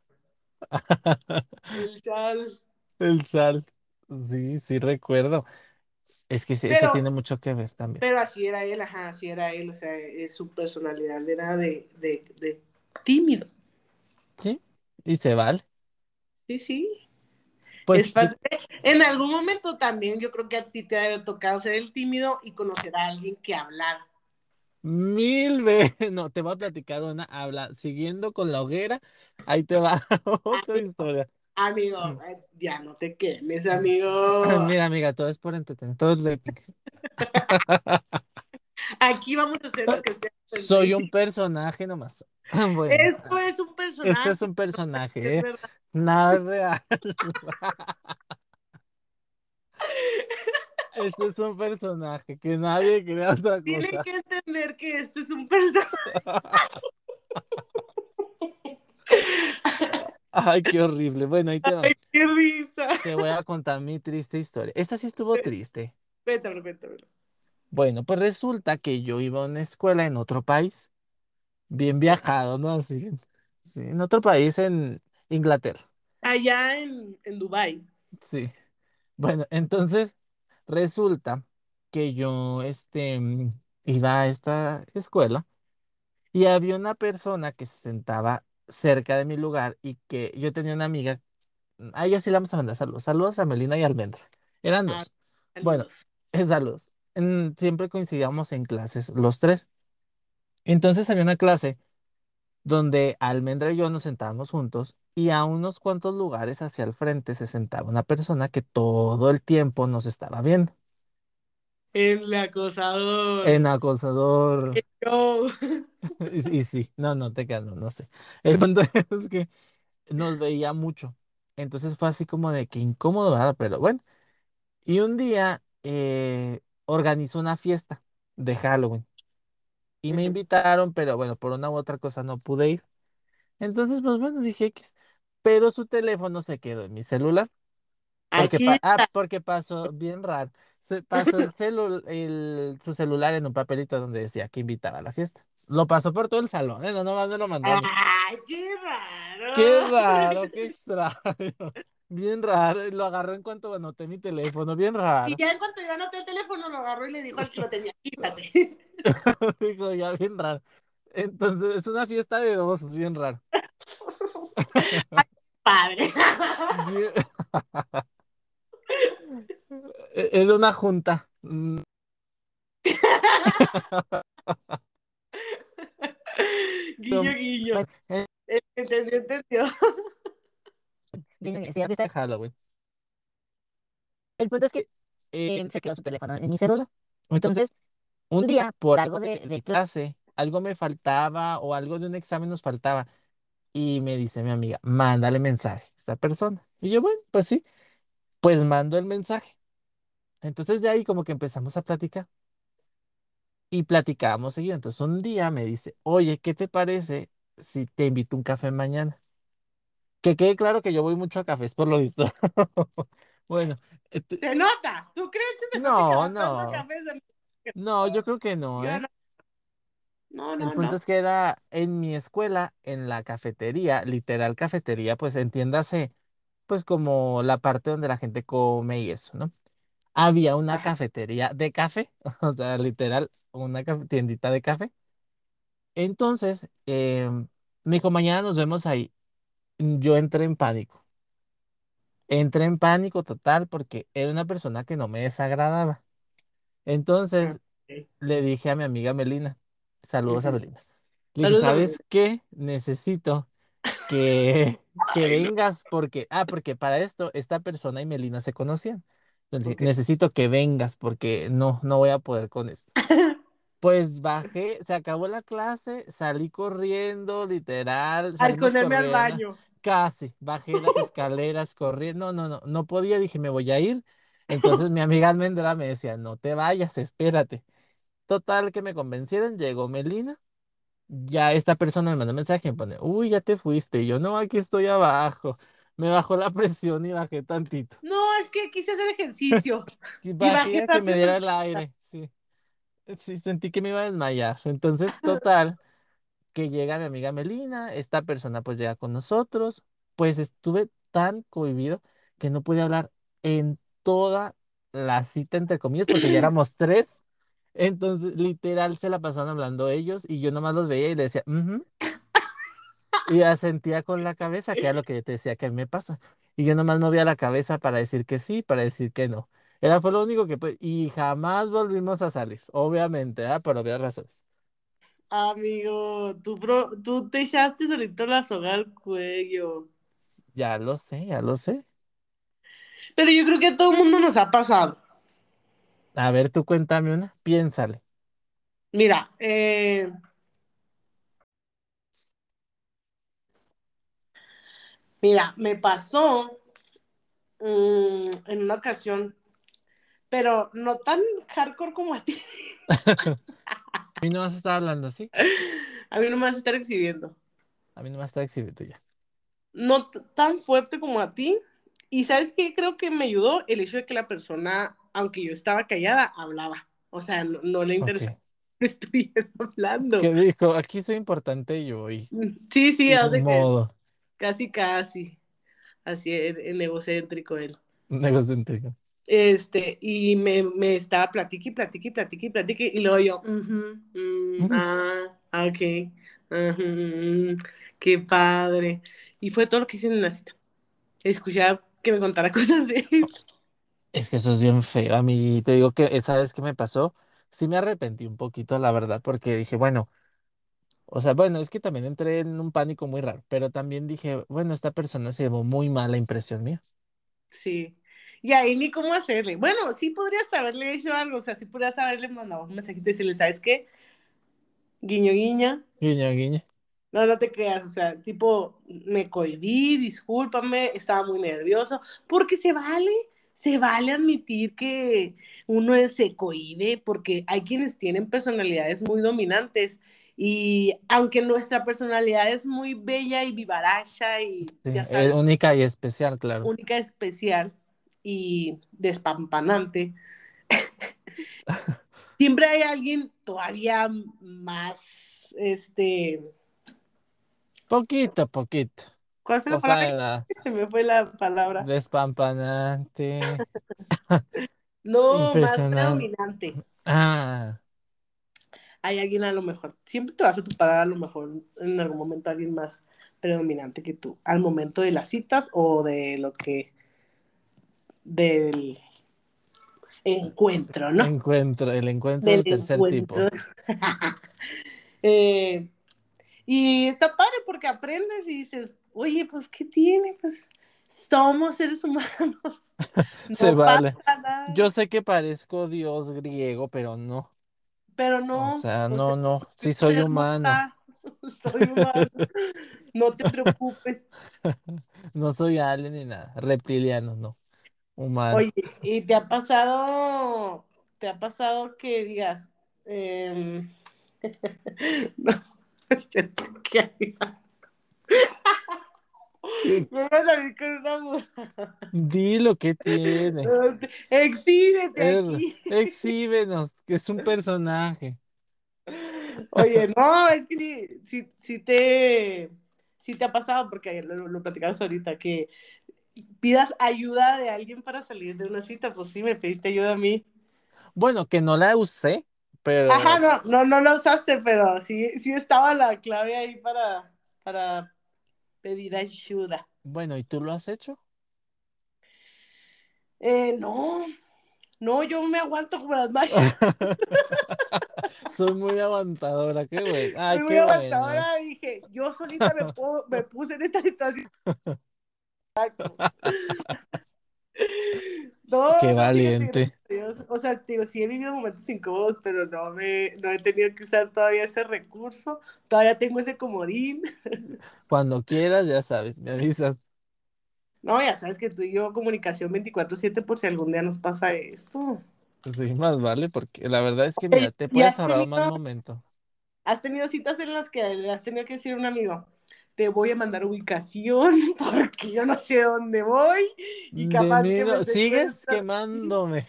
El chal. El chal. Sí, sí recuerdo. Es que sí, eso Pero, tiene mucho que ver también. pero así era él, ajá, así era él, o sea, su personalidad era de tímido. ¿Sí? Y se vale. Sí, sí. Es Pues yo parte. En algún momento también yo creo que a ti te debe haber tocado ser el tímido y conocer a alguien que hablar. mil veces, no, te voy a platicar una, siguiendo con la hoguera, ahí te va otra Amigo, historia. amigo, Mm. ya no te quemes, amigo. Mira, amiga, todo es por entretener, todo es Aquí vamos a hacer lo que sea por el Soy un rating. personaje nomás. Bueno, Esto es un este es personaje, un es personaje, ¿eh? verdad. Nada es real. Este es un personaje, que nadie crea otra Tienen cosa. que entender que esto es un personaje. Ay, qué horrible. Bueno, ahí te va. Ay, qué risa. Te voy a contar mi triste historia. Esta sí estuvo triste. Cuéntame, cuéntame. Bueno, pues resulta que yo iba a una escuela en otro país, bien viajado, ¿no? Así, sí, en otro país, en Inglaterra. Allá en Dubái. Sí. Bueno, entonces resulta que yo, iba a esta escuela y había una persona que se sentaba cerca de mi lugar y que yo tenía una amiga, a ella sí le vamos a mandar saludos, saludos a Melina y Almendra. Eran Ah, dos. Bueno, saludos. saludos. Siempre coincidíamos en clases los tres. Entonces había una clase donde Almendra y yo nos sentábamos juntos y a unos cuantos lugares hacia el frente se sentaba una persona que todo el tiempo nos estaba viendo. El En acosador. acosador. Yo. Y sí, no, no te quedas, no, no sé. El punto es que nos veía mucho. Entonces fue así como de que incómodo, ¿verdad? Pero bueno. Y un día organizó una fiesta de Halloween y me Ujú. invitaron, pero bueno, por una u otra cosa no pude ir. Entonces, pues bueno, dije X. Pero su teléfono se quedó en mi celular. Aquí. Porque pasó bien raro. Se pasó su celular en un papelito donde decía que invitaba a la fiesta. Lo pasó por todo el salón, no, nomás me lo mandó a mí. ¡Ay, qué Qué raro! raro, qué extraño. Bien raro. Y lo agarró en cuanto anoté mi teléfono, bien Y raro. ya en cuanto yo anoté el teléfono, lo agarró y le dijo al que lo tenía, quítate. Dijo, ya, bien raro. Entonces, es una fiesta de dos, bien raro. Padre. Bien- Era una junta. Guiño, guiño. Bueno, El que entendió, entendió. sí, fiesta de Halloween. El punto es que se quedó su teléfono en mi celular. Entonces, un día, por algo de clase, algo me faltaba o algo de un examen nos faltaba. Y me dice mi amiga, mándale mensaje a esta persona. Y yo, bueno, pues sí, pues mando el mensaje. Entonces de ahí como que empezamos a platicar y platicábamos seguido. Entonces un día me dice, oye, ¿qué te parece si te invito a un café mañana? Que quede claro que yo voy mucho a cafés, por lo visto. Bueno, Se nota. ¿Tú crees que se nota que no, vas tanto a no, cafés de... no, yo creo que no, Yo ¿eh? no. No, El no, punto no. es que era en mi escuela, en la cafetería, literal cafetería, pues entiéndase, pues como la parte donde la gente come y eso, ¿no? Había una Ajá. cafetería de café, o sea, literal, una tiendita de café. Entonces, me dijo, mañana nos vemos ahí. Yo entré en pánico total porque era una persona que no me desagradaba. Entonces, Ok. le dije a mi amiga Melina, saludos a Ujú. Melina, le dije, Saludos a mi... ¿sabes qué? Necesito que, que Ay, no. vengas porque para esto esta persona y Melina se conocían. Entonces, le dije, Ok. necesito que vengas porque no voy a poder con esto. Pues bajé, se acabó la clase, salí corriendo, literal, A salimos esconderme al corriendo, baño. casi, bajé las escaleras corriendo, no podía, dije, me voy a ir. Entonces mi amiga Almendra me decía, no te vayas, espérate. Total, que me convencieron, llegó Melina, ya esta persona me mandó mensaje, me pone, uy, ya te fuiste, y yo, no, aquí estoy abajo. Me bajó la presión y bajé tantito. No, es que quise hacer ejercicio. Y Y bajé bajé a que me rápido diera las el escaleras. aire, sí, sí, sentí que me iba a desmayar. Entonces, total, que llega mi amiga Melina, esta persona pues llega con nosotros, pues estuve tan cohibido que no pude hablar en toda la cita entre comillas porque ya éramos tres. Entonces, literal, se la pasaron hablando ellos y yo nomás los veía y le decía, "Ujú", y asentía con la cabeza, que era lo que yo te decía que a mí me pasa. Y yo nomás movía la cabeza para decir que sí, para decir que no. Era fue lo único que... Y jamás volvimos a salir, obviamente, por obvias razones. Amigo, tú te echaste solito la soga al cuello. Ya lo sé, ya lo sé. Pero yo creo que a todo el mundo nos ha pasado. A ver, tú cuéntame una, piénsale. Mira, mira, me pasó en una ocasión, pero no tan hardcore como a ti. A mí no vas a estar hablando así. A mí no me vas a estar exhibiendo. A mí no me vas a estar exhibiendo ya. No tan fuerte como a ti. Y ¿sabes qué? Creo que me ayudó el hecho de que la persona, aunque yo estaba callada, hablaba. O sea, no le interesaba Ok. que estuviera hablando. ¿Qué dijo? Aquí soy importante yo Sí, sí, y haz ni de que modo. casi, casi. Así en egocéntrico él. Negocio interior. Y me estaba platique y platique y platique y platique. Y luego yo, ok. Ujú, qué padre. Y fue todo lo que hice en la cita. Escuchar que me contara cosas de él. Es que eso es bien feo. A mí te digo que esa vez que me pasó, sí me arrepentí un poquito, la verdad, porque dije, bueno, o sea, bueno, es que también entré en un pánico muy raro, pero también dije, bueno, esta persona se llevó muy mala impresión mía. Sí. Y ahí ni cómo hacerle. Bueno, sí podrías haberle hecho algo. O sea, sí podrías haberle mandado un mensajito y decirle, ¿sabes qué? Guiño, guiño. Guiño, guiño. No, no te creas, o sea, tipo, me cohibí, discúlpame, estaba muy nervioso, porque se vale admitir que se cohíbe, porque hay quienes tienen personalidades muy dominantes y aunque nuestra personalidad es muy bella y vivaracha y Sí, ya sabes, única y especial, claro. única, especial y despampanante, siempre hay alguien todavía más, Poquito, poquito. ¿cuál fue la Cosa palabra? de nada. Se me fue la palabra. Despampanante. No, más Impresionante. predominante. Ah, Hay alguien a lo mejor, siempre te vas a topar a lo mejor en algún momento alguien más predominante que tú, al momento de las citas o de lo que, del encuentro, ¿no? el encuentro Del del tercer encuentro. tipo. Eh, y está padre porque aprendes y dices, oye, pues, ¿qué tiene? Pues somos seres humanos, Se no vale. pasa nada, Yo sé que parezco dios griego, pero no. pero O no, sea, o sea, no, no. soy Sí un soy ser humano. mortal, soy humano, no te preocupes. No soy alien ni nada. Reptiliano, no. Humano. Oye, ¿y te ha pasado que digas, em, no, que ¿Qué? me voy a salir con una Di lo que tiene. exhíbete aquí. Exhíbenos, que es un personaje. Oye, no, es que sí te ha pasado, porque lo platicabas ahorita, que pidas ayuda de alguien para salir de una cita, pues sí, me pediste ayuda a mí. Bueno, que no la usé, Ajá, pero no lo usaste, pero sí estaba la clave ahí para pedir ayuda. bueno, ¿y tú lo has hecho? No, no, yo me aguanto como las mayas. Soy muy aguantadora, qué bueno. Ay, Soy muy qué bueno. aguantadora. Dije, yo solita me puse en esta situación. No, Qué no, fíjate, valiente. gracias a Dios. O sea, te digo, sí he vivido momentos incómodos, pero no he tenido que usar todavía ese recurso. Todavía tengo ese comodín. Cuando quieras, ya sabes, me avisas. No, ya sabes que tú y yo comunicación 24/7 por si algún día nos pasa esto. Sí, más vale, porque la verdad es que, Oye, mira, te ¿y puedes ahorrar un mal momento. has tenido citas en las que le has tenido que decir a un amigo, te voy a mandar ubicación porque yo no sé dónde voy y De capaz mí que me no, sigues secuestran? quemándome.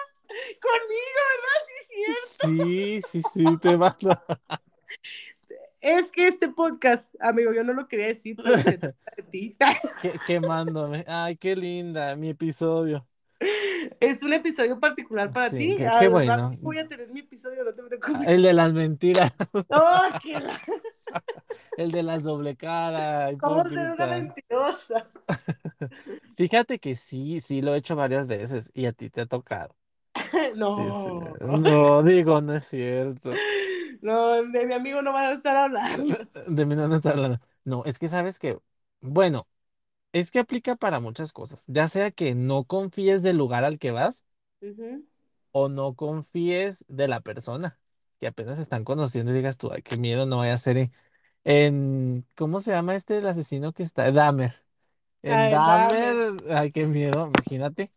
Conmigo, ¿verdad? Sí, es cierto. Sí, sí, sí, te mando. Es que este podcast, amigo, yo no lo quería decir, pero se trata de ti. Quemándome. Ay, qué linda, mi episodio. Es un episodio particular para Sí, ti. qué Al rato bueno. voy a tener mi episodio, no te El preocupes. de las mentiras, ¡Oh, el de las doble cara, ¿Cómo ser una hipócrita. mentirosa? Fíjate que sí, sí lo he hecho varias veces y a ti te ha tocado. Sí, sí. No, No, digo, no es cierto. no, de mi amigo no van a estar hablando. De mí no está hablando. No, es que sabes que, bueno, es que aplica para muchas cosas. Ya sea que no confíes del lugar al que vas Ujú. o no confíes de la persona que apenas están conociendo y digas tú, ay, qué miedo, no vaya a ser ¿cómo se llama el asesino que está? Dahmer. En Ay, dame. Dahmer, ay, qué miedo, imagínate.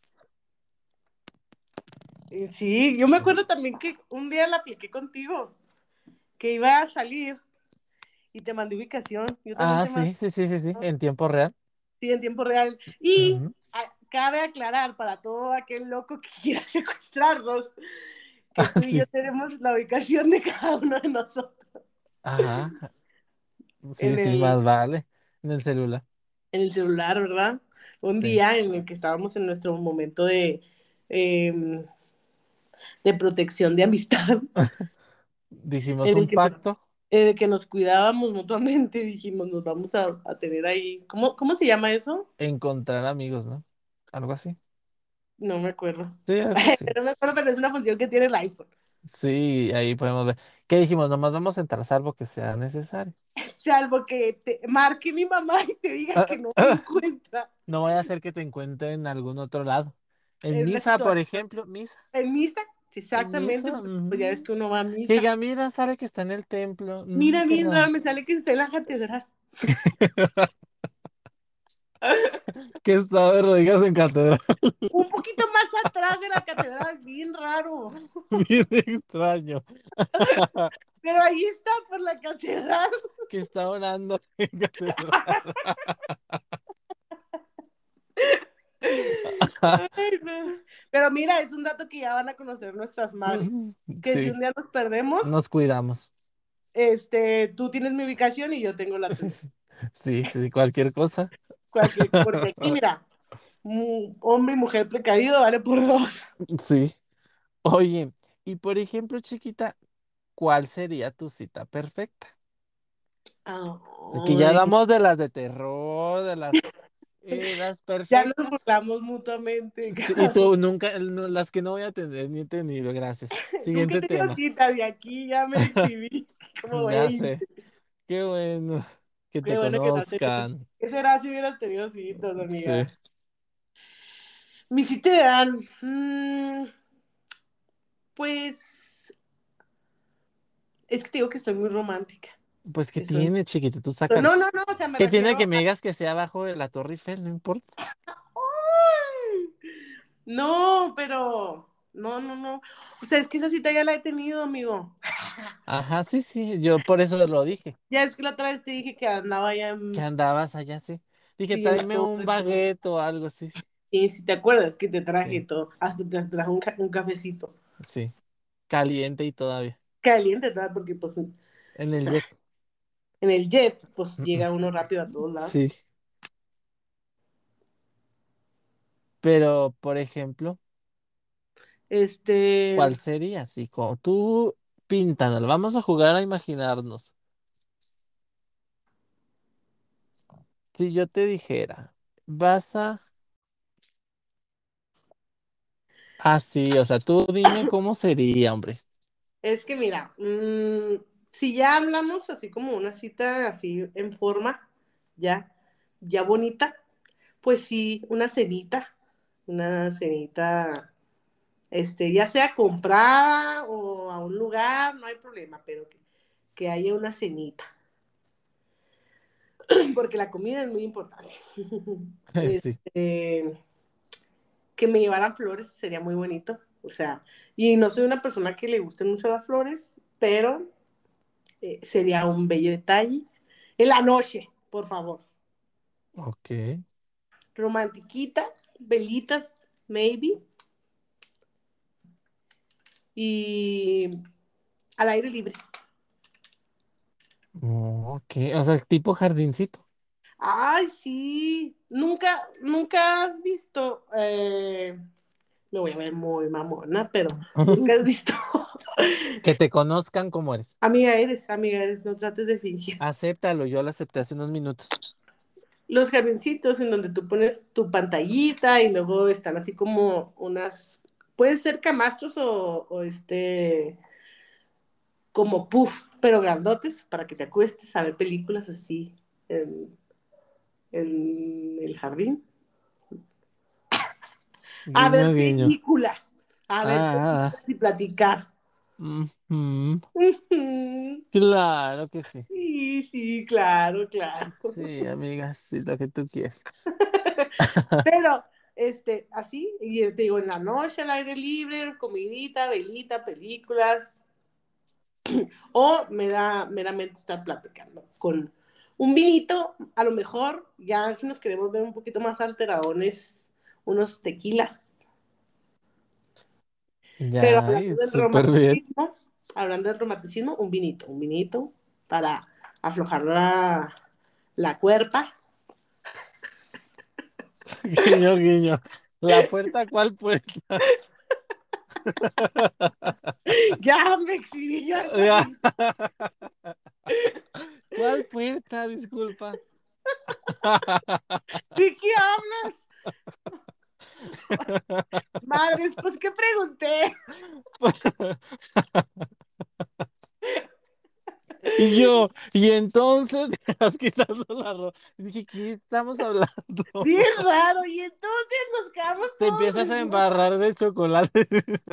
Y sí, yo me acuerdo también que un día la apliqué contigo, que iba a salir y te mandé ubicación. Yo también Ah, te mandé, sí, sí, sí, sí, sí, en tiempo real. sí, en tiempo real. Y Ujú. cabe aclarar para todo aquel loco que quiera secuestrarnos, que Ah, tú y yo sí. tenemos la ubicación de cada uno de nosotros Ajá, sí, en sí, el, más vale. En el celular. en el celular, ¿verdad? Un Sí. día en el que estábamos en nuestro momento eh, de protección de amistad, Dijimos en un el que nos, pacto, en el que nos cuidábamos mutuamente, dijimos, nos vamos a tener ahí, ¿cómo se llama eso? encontrar amigos, ¿no? Algo así. No me acuerdo. Sí, algo así. No me acuerdo, pero es una función que tiene el iPhone. Sí, ahí podemos ver. ¿Qué dijimos? Nomás vamos a entrar salvo que sea necesario. Salvo que te marque mi mamá y te diga que no me encuentra. No vaya a ser que te encuentre en algún otro lado. En Es la misa, por situación. ejemplo, misa. En misa, En exactamente, misa. porque pues ya es que uno va a Que misa. diga, mira, sale que está en el templo. Mira Qué bien raro. raro, me sale que está en la catedral. Que está de rodillas en catedral. Un poquito más atrás de la catedral, bien raro. Bien extraño. Pero ahí está por la catedral. Que está orando en catedral. Ay, no. Pero mira, es un dato que ya van a conocer nuestras madres. Que si Sí, un día nos perdemos, nos cuidamos. tú tienes mi ubicación y yo tengo la tuya. Sí, sí, cualquier cosa. Porque aquí, mira, hombre y mujer precavido vale por dos. Sí. Oye, y por ejemplo, chiquita, ¿cuál sería tu cita perfecta? Que ya Ay, hablamos de las de terror, de las ya nos perfectas. burlamos mutuamente. Sí, y tú nunca, las que no voy a tener ni he tenido, gracias. Nunca he Siguiente tenido tema. citas y aquí ya me exhibí como Ya sé. 20. Qué bueno que Qué te bueno que no has tenido. conozcan. ¿Qué será si hubieras tenido citas, Sí. amiga? Mi cita ideal. Pues es que te digo que soy muy romántica. Pues, ¿qué Eso. tiene, chiquita? Tú Pero sácalo. no, o sea, me ¿Qué tiene refiero que me a... digas que sea abajo de la Torre Eiffel? No importa. ¡Ay! No, pero... No. O sea, es que esa cita ya la he tenido, amigo. Ajá, sí, sí. Yo por eso lo dije. Ya es que la otra vez te dije que andaba ya Que andabas allá, sí. Dije, sí, en la tráeme un torre, todo. baguette o algo así. Sí. Y si te acuerdas que te traje Sí. todo, hasta te traje un cafecito. Sí. Caliente y todavía. Caliente, ¿verdad? Porque pues En el jet. en el jet, pues Mm, mm. llega uno rápido a todos lados. Sí. Pero, por ejemplo, Este, ¿cuál sería? Sí, como tú píntanos. Vamos a jugar a imaginarnos. Si yo te dijera, vas a... Ah, sí, o sea, tú dime cómo sería, hombre. es que mira, si ya hablamos así como una cita así en forma, ya, ya bonita, pues sí, una cenita, ya sea comprada o a un lugar, no hay problema, pero que haya una cenita, porque la comida es muy importante. Sí. Este, que me llevaran flores sería muy bonito, o sea, y no soy una persona que le gusten mucho las flores, pero sería un bello detalle. En la noche, por favor. Ok. Romantiquita, velitas, maybe. Y al aire libre. Oh, ok, o sea, tipo jardincito. Ay, sí. Nunca has visto. Me voy a ver muy mamona, pero nunca has visto. Que te conozcan como eres. Amiga eres, no trates de fingir. Acéptalo, yo lo acepté hace unos minutos. Los jardincitos en donde tú pones tu pantallita y luego están así como unas. Pueden ser camastros o como puff, pero grandotes para que te acuestes a ver películas así en, en el jardín. A Guiño, ver guiño. películas, a ver Ah, películas y platicar. ujú. Ujú. Claro que sí. Sí, sí, claro, claro. Sí, amiga, sí, lo que tú quieras. Pero, así, y te digo, en la noche al aire libre, comidita, velita, películas, o me da meramente estar platicando con un vinito, a lo mejor, ya si nos queremos ver un poquito más alteradones, unos tequilas. Pero Ya, ay, súper bien. hablando del romanticismo, un vinito para aflojar la cuerpa. Guiño, guiño. ¿La puerta? ¿Cuál puerta? Ya me exhibí yo hasta Ya. aquí. ¿Cuál puerta? Disculpa. ¿De qué hablas? Madres, pues, ¿qué pregunté? Y yo, y entonces me vas quitando la ropa. Dije, ¿qué estamos hablando? Bien raro, y entonces nos quedamos Te todos empiezas a desnudos. embarrar de chocolate.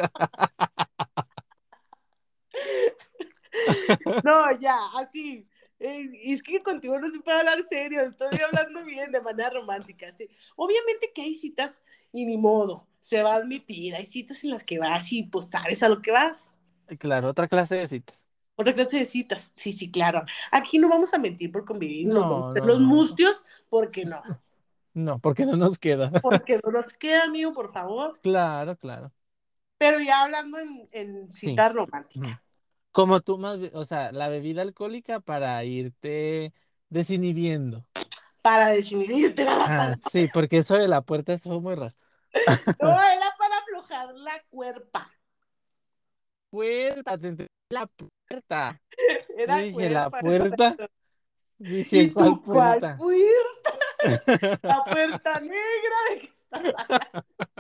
No, ya, así. Y es que contigo no se puede hablar serio, estoy hablando bien, de manera romántica, sí. Obviamente que hay citas y ni modo, se va a admitir, hay citas en las que vas y pues sabes a lo que vas. Claro, otra clase de citas. Otra clase de citas, sí, sí, claro. Aquí no vamos a mentir por convivir, nos vamos a No, hacer no, los no, no. mustios, porque no. No, porque no nos queda. Porque no nos queda, amigo, por favor. Claro, claro. Pero ya hablando en Sí. cita Ujú. romántica, Como tú más, o sea, la bebida alcohólica para irte desinhibiendo. para desinhibirte la Ah, palabra. sí, porque eso de la puerta estuvo muy raro. No, era para aflojar la cuerpa. Puerta, te entendí la puerta. Yo Era dije, ¿la cuerpa, puerta? exacto. Dije, ¿Y ¿cuál tú cuál puerta? puerta? La puerta negra de que estás hablando.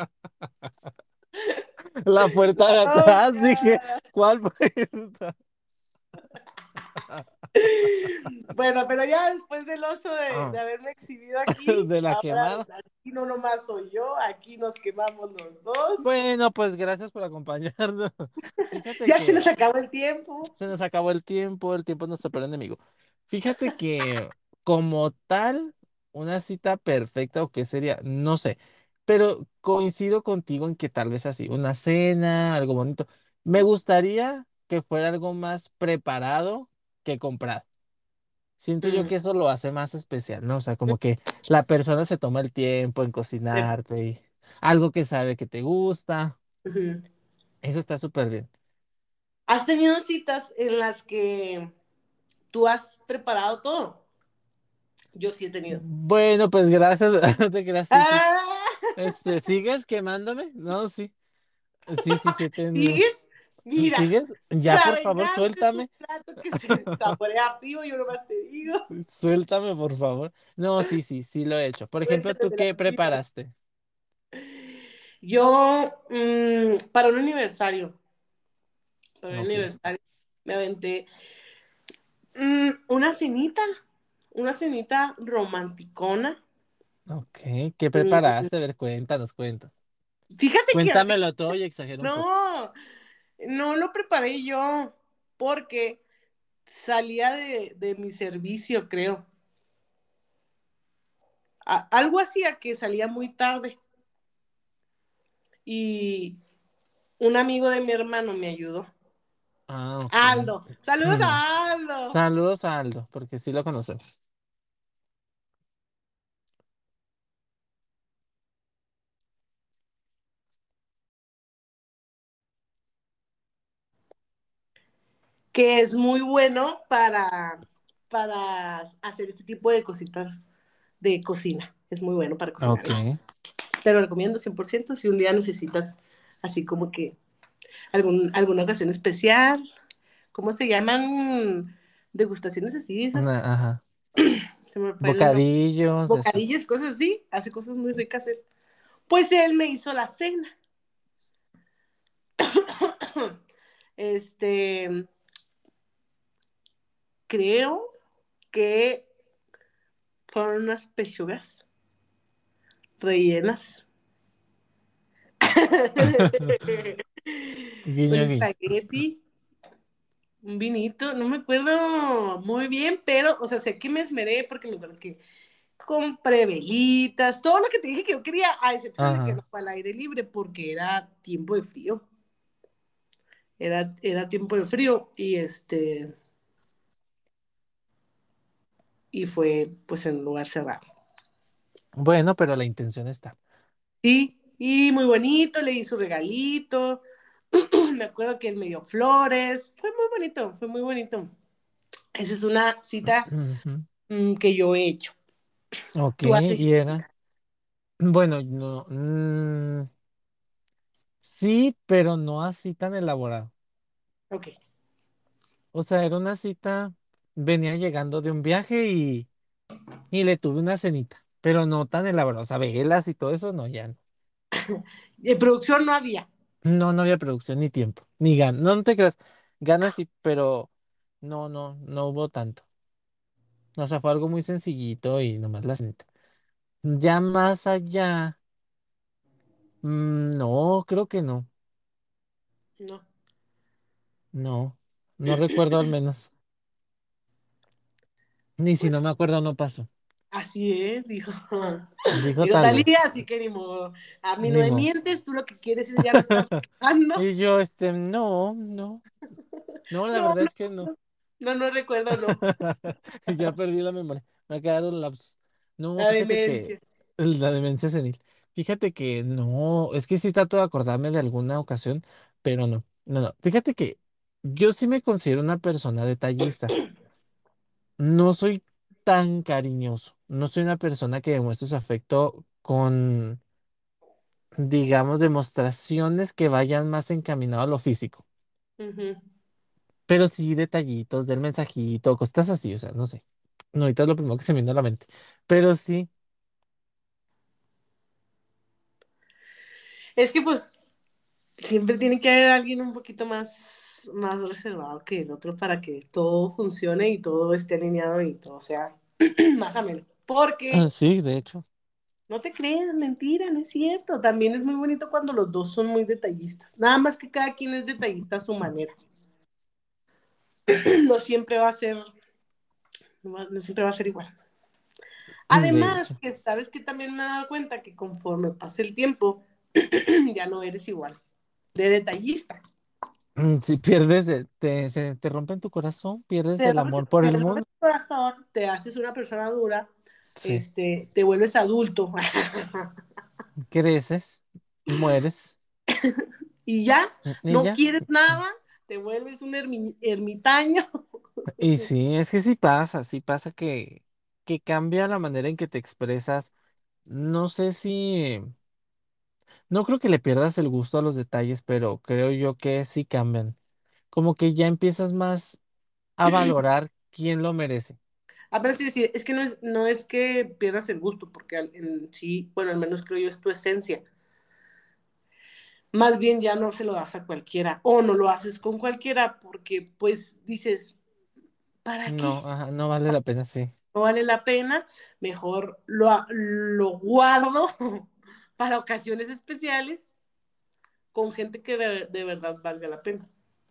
La puerta de atrás, dije, Loca. ¿cuál puerta? Bueno, pero ya después del oso de haberme exhibido aquí, De la ahora quemada. aquí no nomás soy yo, aquí nos quemamos los dos. Bueno, pues gracias por acompañarnos. Fíjate Ya se que nos acabó el tiempo. se nos acabó el tiempo es nuestro peor enemigo. Fíjate que como tal, una cita perfecta o qué sería, no sé, pero coincido contigo en que tal vez así, una cena, algo bonito. Me gustaría que fuera algo más preparado que comprado. Siento yo Mm, que eso lo hace más especial, ¿no? O sea, como que la persona se toma el tiempo en de- cocinarte y algo que sabe que te gusta. ujú. Eso está súper bien. ¿Has tenido citas en las que tú has preparado todo? Yo sí he tenido. Bueno, pues gracias. No te creas, sí, sí. ¡Ah! ¿Sigues quemándome? No, sí. Sí, sí, sí, he tenido. ¿Sigues? Mira, ¿Sigues? Ya, la por favor, venganza es un suéltame. plato que se saborea frío, yo nomás te digo. Suéltame, por favor. No, sí, sí, sí lo he hecho. Por ejemplo, ¿tú Cuéntame las qué tuyas. preparaste? Yo, para un aniversario, Ok, me aventé una cenita romanticona. ok. ¿Qué Mm, preparaste? A ver, cuéntanos, cuéntanos. Fíjate que Cuéntamelo todo y exagera un poco. no, no lo preparé yo porque salía de mi servicio, creo. Algo hacía que salía muy tarde y un amigo de mi hermano me ayudó. Ah, ok. Aldo, saludos Hmm. a Aldo, Saludos a Aldo, porque sí lo conocemos. que es muy bueno para hacer este tipo de cositas de cocina. Es muy bueno para cocinar. Ok. Te lo recomiendo 100% si un día necesitas así como que alguna ocasión especial. ¿Cómo se llaman? Degustaciones así, esas. Ajá. Se me fue el nombre. Bocadillos, así. Bocadillos, cosas así. Hace cosas muy ricas él. Pues él me hizo la cena. Este, creo que fueron unas pechugas rellenas. Un Guiño, guiño. espagueti, un vinito, no me acuerdo muy bien, pero, o sea, sé que me esmeré porque me acuerdo que compré velitas, todo lo que te dije que yo quería, a excepción de que no Ajá. fue al aire libre porque era tiempo de frío. Era tiempo de frío y fue pues en un lugar cerrado. Bueno, pero la intención está. Sí, y muy bonito, le di su regalito. Me acuerdo que él me dio flores. Fue muy bonito, fue muy bonito. Esa es una cita Ujú. que yo he hecho. Ok, ¿Tú has y hecho? era. Bueno, no. Sí, pero no así tan elaborado. Ok. O sea, era una cita. Venía llegando de un viaje y le tuve una cenita, pero no tan elaborado. O sea, velas y todo eso, no, ya no. De producción no había. No, no había producción ni tiempo, ni ganas. No, no te creas. Ganas sí, pero no hubo tanto. O sea, fue algo muy sencillito y nomás la cenita. Ya más allá, no, creo que no. No. No, no recuerdo al menos. Ni si no Pues me acuerdo, no pasó. así es, dijo. Dijo Dijo tal vez. Talía, así que ni modo. A mí no Ni me modo. mientes, tú lo que quieres es ya no estar trabajando. Y yo, no, la No, verdad es que no. no recuerdo, no. Ya perdí la memoria. Me quedaron lapsos. No, La fíjate que demencia. la demencia senil. Fíjate que no, es que sí trato de acordarme de alguna ocasión, pero no. Fíjate que yo sí me considero una persona detallista. No soy tan cariñoso. No soy una persona que demuestre su afecto con, digamos, demostraciones que vayan más encaminado a lo físico. Ujú. Pero sí detallitos del mensajito, cosas así, o sea, no sé. No, ahorita es lo primero que se me vino a la mente. Pero sí. Es que pues siempre tiene que haber alguien un poquito más reservado que el otro para que todo funcione y todo esté alineado y todo sea más ameno. Porque Sí, de hecho. no te creas, mentira, no es cierto. También es muy bonito cuando los dos son muy detallistas. Nada más que cada quien es detallista a su manera. No siempre va a ser, no siempre va a ser igual. De Además, hecho. que sabes que también me he dado cuenta que conforme pasa el tiempo, ya no eres igual de detallista. Si pierdes, se te rompe en tu corazón, pierdes Te el rompe, amor por te el rompe mundo. el corazón, te haces una persona dura, Sí. te vuelves adulto Creces, mueres, y ya y no ya. quieres nada, te vuelves un ermitaño. Y sí, es que sí pasa que cambia la manera en que te expresas. No sé si, no creo que le pierdas el gusto a los detalles, pero creo yo que sí cambian. Como que ya empiezas más a valorar quién lo merece. Apenas te iba a decir, es que no es que pierdas el gusto, porque en sí, bueno, al menos creo yo es tu esencia. Más bien ya no se lo das a cualquiera o no lo haces con cualquiera porque pues dices, ¿para qué? No, ajá, no vale la pena, sí. No vale la pena, mejor lo guardo para ocasiones especiales con gente que de verdad valga la pena.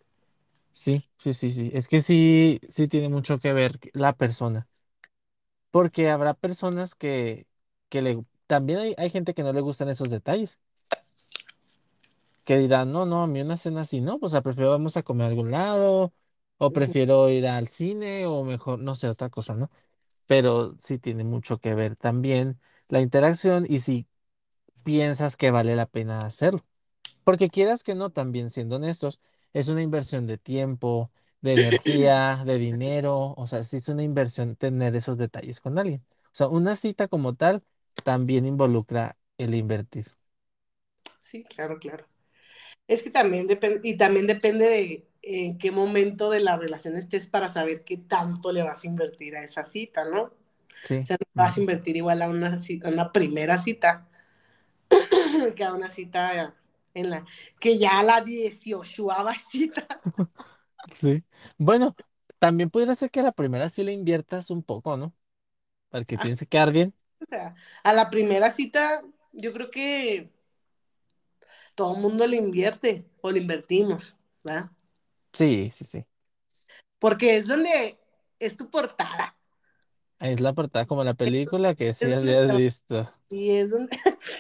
Sí. Es que sí tiene mucho que ver la persona. Porque habrá personas también hay gente que no le gustan esos detalles. Que dirán, no, a mí una cena así, no, pues prefiero vamos a comer a algún lado, o prefiero ir al cine, o mejor, no sé, otra cosa, ¿no? Pero sí tiene mucho que ver también la interacción y si piensas que vale la pena hacerlo. Porque quieras que no, también siendo honestos, es una inversión de tiempo, de energía, de dinero, o sea, sí es una inversión tener esos detalles con alguien. O sea, una cita como tal también involucra el invertir. Sí, claro, claro. Es que también depende, y también depende de en qué momento de la relación estés para saber qué tanto le vas a invertir a esa cita, ¿no? O Sí. sea, no vas a Ujú. invertir igual a una primera cita que a una cita en la que ya a la 18ª cita. Sí. Bueno, también pudiera ser que a la primera sí le inviertas un poco, ¿no? Para que Ah, tienes que quedar bien. o sea, a la primera cita yo creo que todo el mundo le invierte o le invertimos, ¿verdad? Sí, sí, sí. Porque es donde es tu portada. Es la portada como la película que Es sí donde habías visto. y es donde,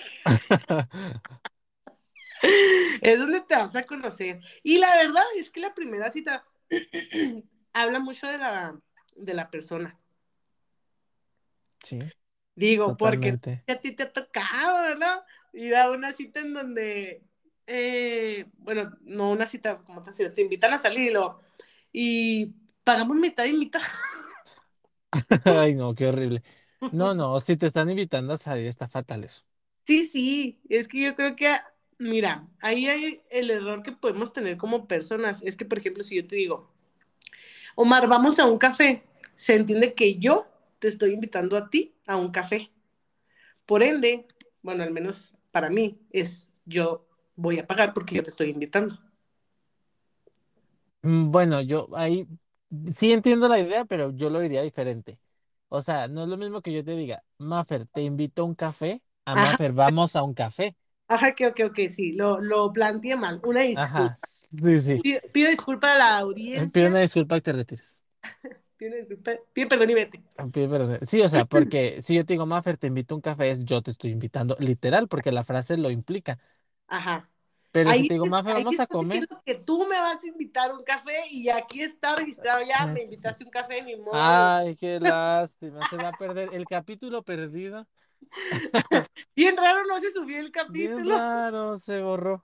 es donde te vas a conocer. Y la verdad es que la primera cita habla mucho de la persona. Sí, Digo, porque totalmente. a ti te ha tocado, ¿verdad? Ir a una cita en donde, bueno, no una cita como te decía, te invitan a salir y pagamos mitad y mitad. Ay, no, qué horrible. No, no, si te están invitando a salir, está fatal eso. Sí, sí, es que yo creo que, mira, ahí hay el error que podemos tener como personas. Es que, por ejemplo, si yo te digo, Omar, vamos a un café, se entiende que yo te estoy invitando a ti a un café. Por ende, bueno, al menos para mí, es yo voy a pagar porque yo te estoy invitando. Bueno, yo ahí sí entiendo la idea, pero yo lo diría diferente. O sea, no es lo mismo que yo te diga, Mafer, te invito a un café, a Ajá, Mafer, vamos a un café. ajá, que sí, lo planteé mal. Una Ajá, disculpa. sí, sí. Pido disculpa a la Pido audiencia, una disculpa y te retires. pido, disculpa, pido perdón y vete. Pido perdón. Sí, o sea, porque si yo te digo, Mafer, te invito a un café, es yo te estoy invitando, literal, porque la frase lo implica. Ajá. Pero si Ahí, te digo, Mafer, ahí vamos a estás comer. diciendo que tú me vas a invitar a un café y aquí está registrado ya, me es- invitaste a un café, ni modo de... Ay, qué lástima, se va a perder el capítulo perdido. Bien raro, no se subió el Bien capítulo. raro, se borró.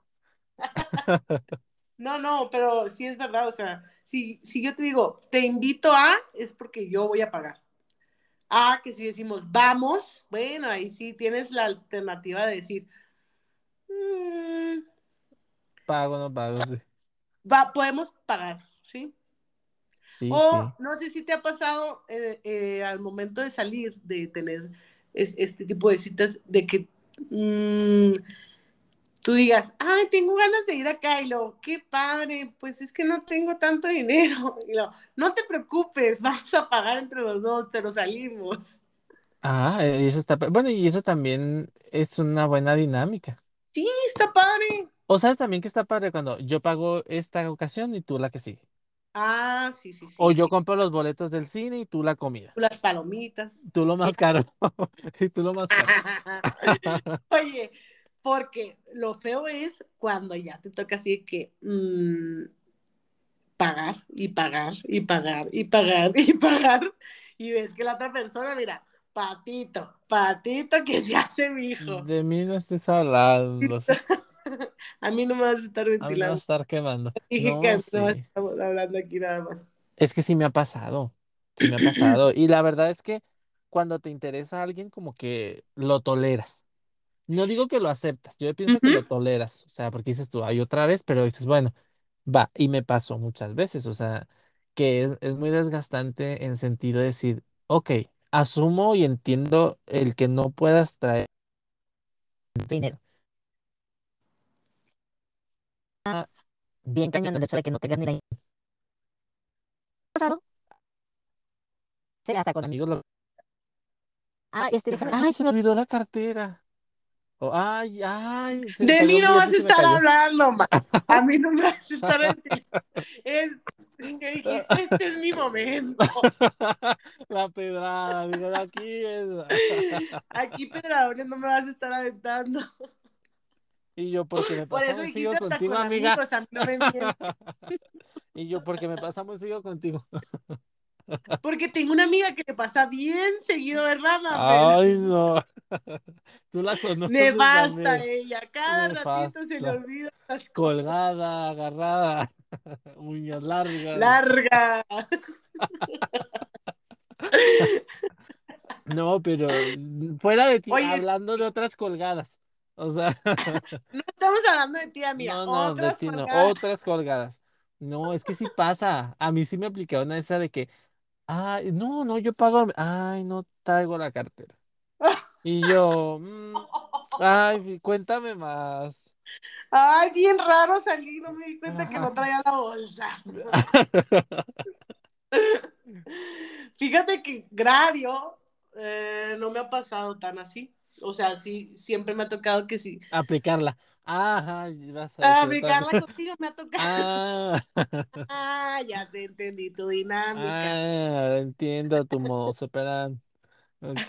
No, no, pero sí es verdad, o sea, si yo te digo, te invito a, es porque yo voy a pagar. Ah, que si decimos vamos, bueno, ahí sí tienes la alternativa de decir, "Mm, Pago, no pago, sí. podemos pagar, ¿sí? Sí, O sí. no sé si te ha pasado al momento de salir, de tener este tipo de citas, de que tú digas, ay, tengo ganas de ir acá, y lo, qué padre, pues es que no tengo tanto dinero, y lo, no te preocupes, vamos a pagar entre los dos, pero salimos. Ah, y eso está. Bueno, y eso también es una buena dinámica. Sí, está padre. O sabes también que está padre cuando yo pago esta ocasión y tú la que sigue. Ah, sí, sí, O sí, yo sí. compro los boletos del cine y tú la comida. Las palomitas. Tú lo más Claro. caro. Y tú lo más caro. Oye, porque lo feo es cuando ya te toca así que pagar y pagar y pagar y pagar y pagar y ves que la otra persona, mira, patito, patito que se hace mi hijo. De mí no estés hablando, ¿sí? A mí no me vas a estar A mí no vas a ventilando. estar quemando. Dije que a No, mí no vas a sí. estar hablando aquí nada más. Es que sí me ha pasado. Sí me ha pasado. Y la verdad es que cuando te interesa a alguien, como que lo toleras. No digo que lo aceptas, yo pienso que Ujú, lo toleras, o sea, porque dices tú, hay otra vez, pero dices, bueno, va, y me pasó muchas veces, o sea, que es muy desgastante en sentido de decir, ok, asumo y entiendo el que no puedas traer dinero. Ah, bien cañón el hecho de que no tengas ni la pasado, se hasta con amigos ah, déjame, ajá. ay, se me olvidó la cartera. O, ay, ay, se De pagué mí un no billete vas y a se me estar cayó. hablando, ma. A mí no me vas a estar ventilando. Es que dijiste, este es mi momento. La pedrada, digo, de aquí es. Aquí pedradones no me vas a estar aventando. Y yo, porque me Por pasa eso muy seguido dijiste hasta contigo, con amiga. amigos, a mí no me mientes. Y yo, porque me pasa muy seguido contigo. Porque tengo una amiga que te pasa bien seguido, ¿verdad, Mafer? Ay, no. Tú la conoces Nefasta también. ella. Cada ratito se le Nefasta. olvidan las cosas. Colgada, agarrada. Uñas largas. Larga. No, pero fuera de ti, Oye, hablando de otras colgadas. O sea, no estamos hablando de ti, amiga. no, no, de Otras ti no, colgadas. otras colgadas. No, es que sí pasa. A mí sí me aplicaron esa de que, ay, no, no, yo pago, ay, no traigo la cartera. Y yo, ay, cuéntame más. Ay, bien raro salí, no me di cuenta que no Ajá. traía la bolsa. Fíjate que Gradio no me ha pasado tan así. O sea, sí, siempre me ha tocado que sí. Aplicarla. Ajá, vas a decir otra cosa. Aplicarla contigo me ha tocado. Ah, Ah, ya te entendí tu dinámica. entiendo tu modo operandi. Ok.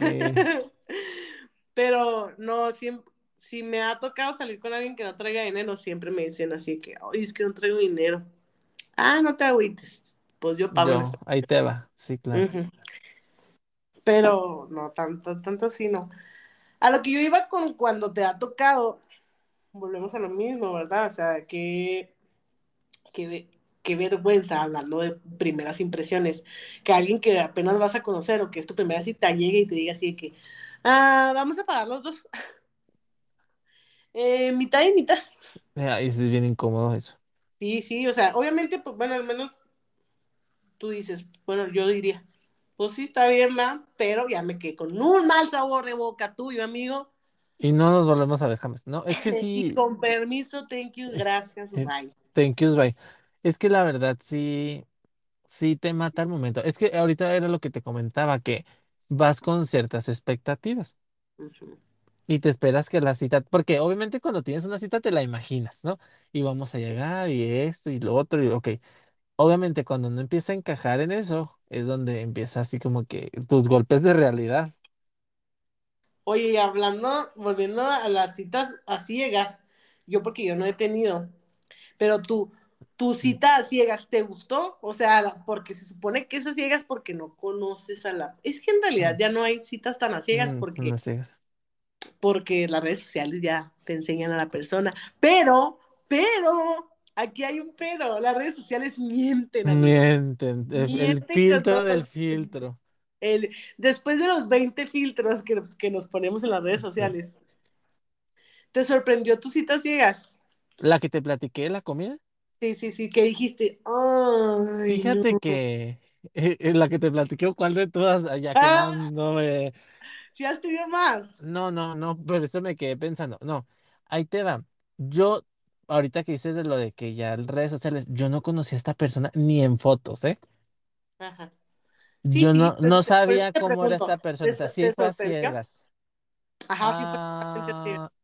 Pero no, siempre, si me ha tocado salir con alguien que no traiga dinero, siempre me dicen así que, oye, es que no traigo dinero. Ah, no te agüites, pues yo pago Yo, esto. ahí te va. Sí, claro. Ujú. Pero no, tanto, tanto así no. A lo que yo iba con cuando te ha tocado, volvemos a lo mismo, ¿verdad? O sea, qué, qué vergüenza, hablando de primeras impresiones, que alguien que apenas vas a conocer o que es tu primera cita llegue y te diga así de que, vamos a pagar los dos, mitad y mitad. Y sí es bien incómodo eso. Sí, sí, o sea, obviamente, pues bueno, al menos tú dices, bueno, yo diría, pues sí, está bien, ma, pero ya me quedé con un mal sabor de boca tuyo, amigo. Y no nos volvemos a ver jamás. No, es que Y sí. con permiso, thank you, gracias, bye. Thank you, bye. Es que la verdad sí, sí te mata el momento. Es que ahorita era lo que te comentaba, que vas con ciertas expectativas Ujú. y te esperas que la cita, porque obviamente cuando tienes una cita te la imaginas, ¿no? Y vamos a llegar y esto y lo otro y ok. Obviamente cuando no empieza a encajar en eso, es donde empieza así como que tus golpes de realidad. Oye, y hablando, volviendo a las citas a ciegas, yo porque yo no he tenido, pero tu Mm, cita a ciegas, ¿te gustó? O sea, porque se supone que es a ciegas porque no conoces a la... Es que en realidad mm, ya no hay citas tan a ciegas no sigas. porque las redes sociales ya te enseñan a la persona. Pero, aquí hay un pero, las redes sociales mienten, amigo. Mienten, el Mienten con filtro del todo. filtro. Después de los 20 filtros que nos ponemos en las redes Sí. sociales, ¿te sorprendió tus citas ciegas? La que te platiqué, la comida. Sí, sí, sí, que dijiste, ay, no. Fíjate que la que te platiqué, ¿cuál de todas? Ya que no, Ah, no me. si has tenido más. No, no, no, por eso me quedé pensando. No, ahí te va. Yo, ahorita que dices de lo de que ya en redes sociales, yo no conocía a esta persona ni en fotos, ¿eh? Ajá. Sí, Yo sí, no por eso sabía te cómo era pregunto, esta persona, o sea, sí te fue a sorprendió? ciegas. Ajá, sí fue totalmente así, Ah,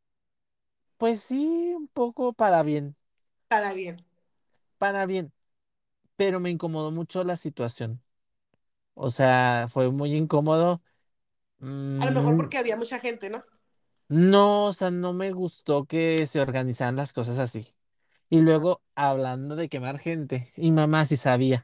pues sí, un poco para bien, para bien. para bien, pero me incomodó mucho la situación. O sea, fue muy incómodo. A lo mejor Mm, porque había mucha gente, ¿no? no, o sea, no me gustó que se organizaran las cosas así. Y Ah, luego, hablando de quemar gente, y mamá sí sabía.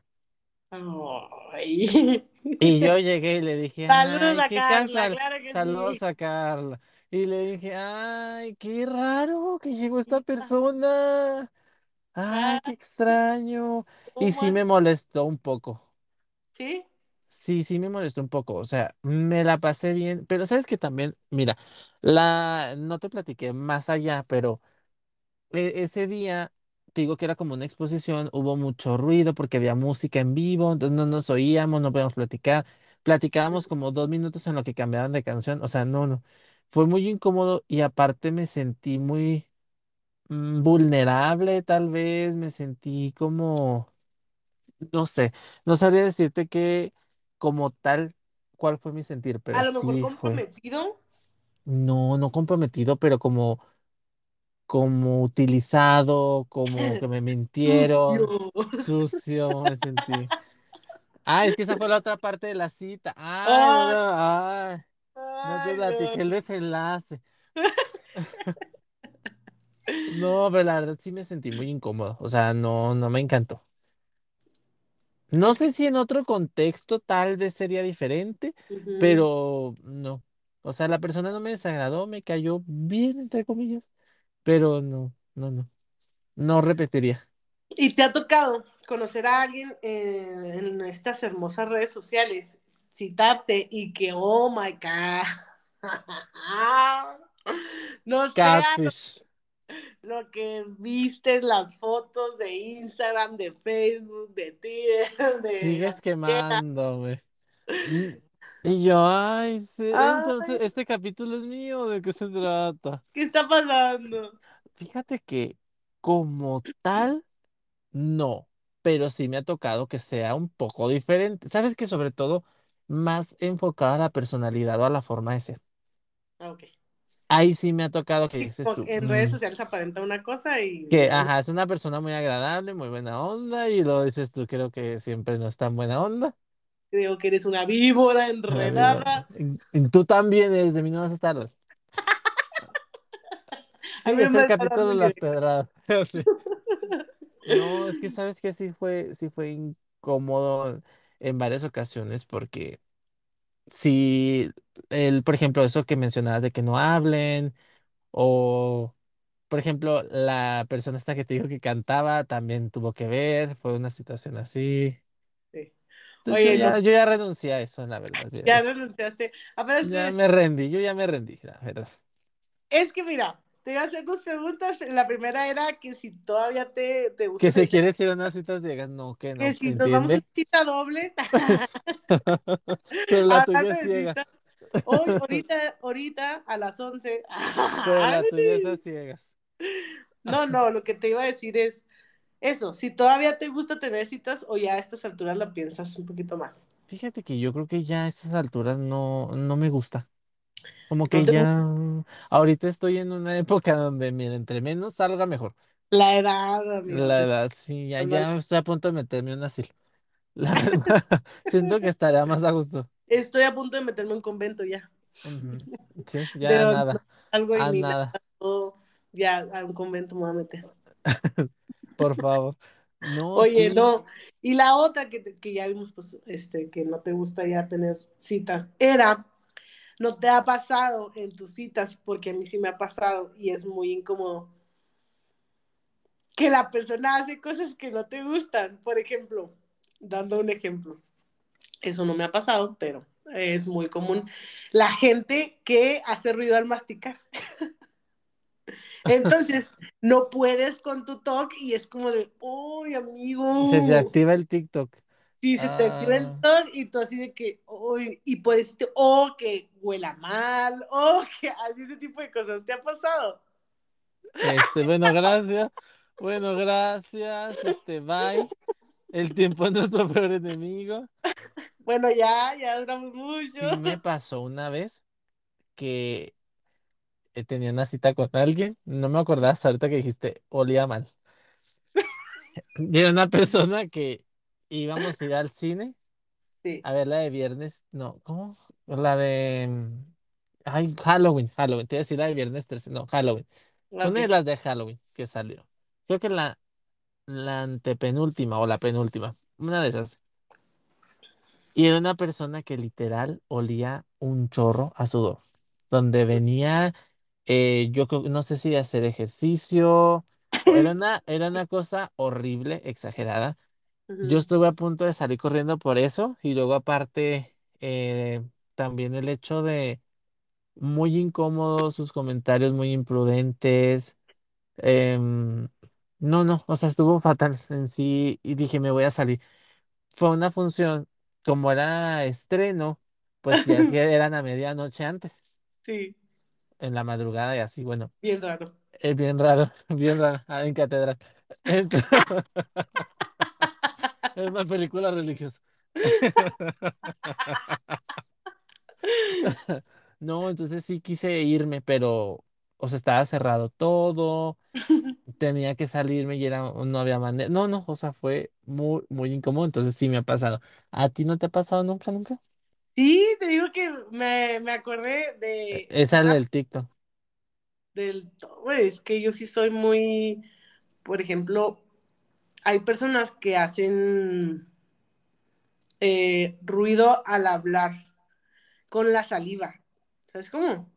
ay. Y yo llegué y le dije, ay, Saluda, qué Carla, casual. claro que Saludos sí. a Carla. Y le dije, ay, qué raro que llegó esta persona. Ay, Ah, qué extraño. Y ¿cómo sí me así? molestó un poco. ¿Sí? Sí, sí me molestó un poco. O sea, me la pasé bien. Pero sabes que también, mira, no te platiqué más allá, pero ese día, te digo que era como una exposición, hubo mucho ruido porque había música en vivo, entonces no nos oíamos, no podíamos platicar. Platicábamos como 2 minutos en lo que cambiaban de canción, o sea, no, no. Fue muy incómodo y aparte me sentí muy vulnerable, tal vez, me sentí como, no sé, no sabría decirte que como tal, cuál fue mi sentir, pero A lo mejor sí fue. comprometido. No, no comprometido, pero como utilizado, como que me mintieron, Sucio. sucio me sentí. Ah, es que esa fue la otra parte de la cita. Ay, no, no, Ay, ay, no te ay, platiqué el no. desenlace. No, pero la verdad sí me sentí muy incómodo. O sea, no, no me encantó. No Es que, sé si en otro contexto tal vez sería diferente, ujú. pero no. O sea, la persona no me desagradó, me cayó bien, entre comillas, pero no, no, no. No repetiría. ¿Y te ha tocado conocer a alguien en estas hermosas redes sociales, citarte y que, oh my God, no sea Catfish. lo que viste en las fotos de Instagram, de Facebook, de Twitter, de Sigues donde quiera? quemándome. Mm, Y yo, ay, entonces, Ay, este capítulo es mío, ¿de qué se trata? ¿qué está pasando? Fíjate que como tal, no, pero sí me ha tocado que sea un poco diferente. Sabes que sobre todo más enfocada a la personalidad o a la forma de ser. Ok. Ahí sí me ha tocado que dices Como tú, que en redes sociales aparenta una cosa y que, luego ajá, es una persona muy agradable, muy buena onda, y lo dices tú, creo que siempre no es tan buena onda. creo que eres una víbora Amigo, enredada. y tú también eres de mí, no vas a estar. A Sí, mí no es me el están capítulo dando de ni las idea. pedradas. Sí. No, es que sabes que sí fue incómodo en varias ocasiones porque si por ejemplo, eso que mencionabas de que no hablen, o por ejemplo, la persona esta que te dijo que cantaba también tuvo que ver, fue una situación así. Sí. Entonces Oye, no, yo ya renuncié a eso, la verdad. ya renunciaste. Apenas te Ya decía, me rendí, yo ya me rendí, la verdad. es que mira, te iba a hacer dos preguntas. La primera era que si todavía te gusta Que se tener, quiere ir a unas citas ciegas, no, que que no, si nos vamos a ¿entiende? una cita doble, Pero la tuya hablando es de ciega. citas, hoy, ahorita a las 11. Pero la tuya es a ciegas. No, no, lo que te iba a decir es eso, si todavía te gusta tener citas o ya a estas alturas la piensas un poquito más. Fíjate que yo creo que ya a estas alturas no me gusta. Como No que te ya gusta ahorita estoy en una época donde, mira, entre menos salga mejor. la edad, amigo. La edad, sí, Ándale. ya estoy a punto de meterme en un asilo. La verdad, siento que estaría más a gusto. Estoy a punto de meterme en un convento ya. Ujú. Sí, De ya donde no nada, algo y a ni nada, nada, todo, ya a un convento me voy a meter. por favor. No, Oye, sí. no. Y la otra que ya vimos, pues, que no te gusta ya tener citas, era, ¿no te ha pasado en tus citas? Porque a mí sí me ha pasado y es muy incómodo, que la persona hace cosas que no te gustan. Por ejemplo, dando un ejemplo, eso no me ha pasado, pero es muy común. La gente que hace ruido al masticar. Entonces, no puedes con tu talk y es como de, uy, Se te amigo. activa el TikTok. Si se te activa el Ah, talk y tú así de que, uy, y puedes decirte, oh, que huela mal, oh, que así ese tipo de cosas. ¿Te ha pasado? bueno, gracias. Bueno, gracias. Bye. El tiempo es nuestro peor enemigo. Bueno, ya duramos mucho. Sí me pasó una vez que tenía una cita con alguien. No me acordaba hasta ahorita que dijiste olía mal. Y era una persona que íbamos a ir al cine Sí, a ver la de viernes. No, ¿cómo? La de. Ay, Halloween. Te iba a decir la de viernes 13. No, Halloween. Una de ok. las de Halloween que salió. Creo que la antepenúltima o la penúltima. Una de esas. Y era una persona que literal olía un chorro a sudor. Donde venía, yo creo, no sé si de hacer ejercicio, o era una cosa horrible, exagerada. Yo Ujú. estuve a punto de salir corriendo por eso, y luego aparte, también el hecho de muy incómodos, sus comentarios muy imprudentes. em, no, o sea, estuvo fatal en sí, y dije, me voy a salir. Fue una función, como era estreno, pues ya es que eran a medianoche antes, Sí, en la madrugada y así, bueno, bien raro. es bien raro, bien raro, en catedral. Entonces, es una película religiosa. No, entonces sí quise irme, pero, o sea, estaba cerrado todo, tenía que salirme y no había manera. No, o sea, fue muy incómodo, entonces sí me ha pasado. ¿A ti no te ha pasado nunca, nunca? Sí, te digo que me acordé de Esa es una el TikTok. del güey, es que yo sí soy muy, por ejemplo, hay personas que hacen ruido al hablar con la saliva. ¿Sabes cómo?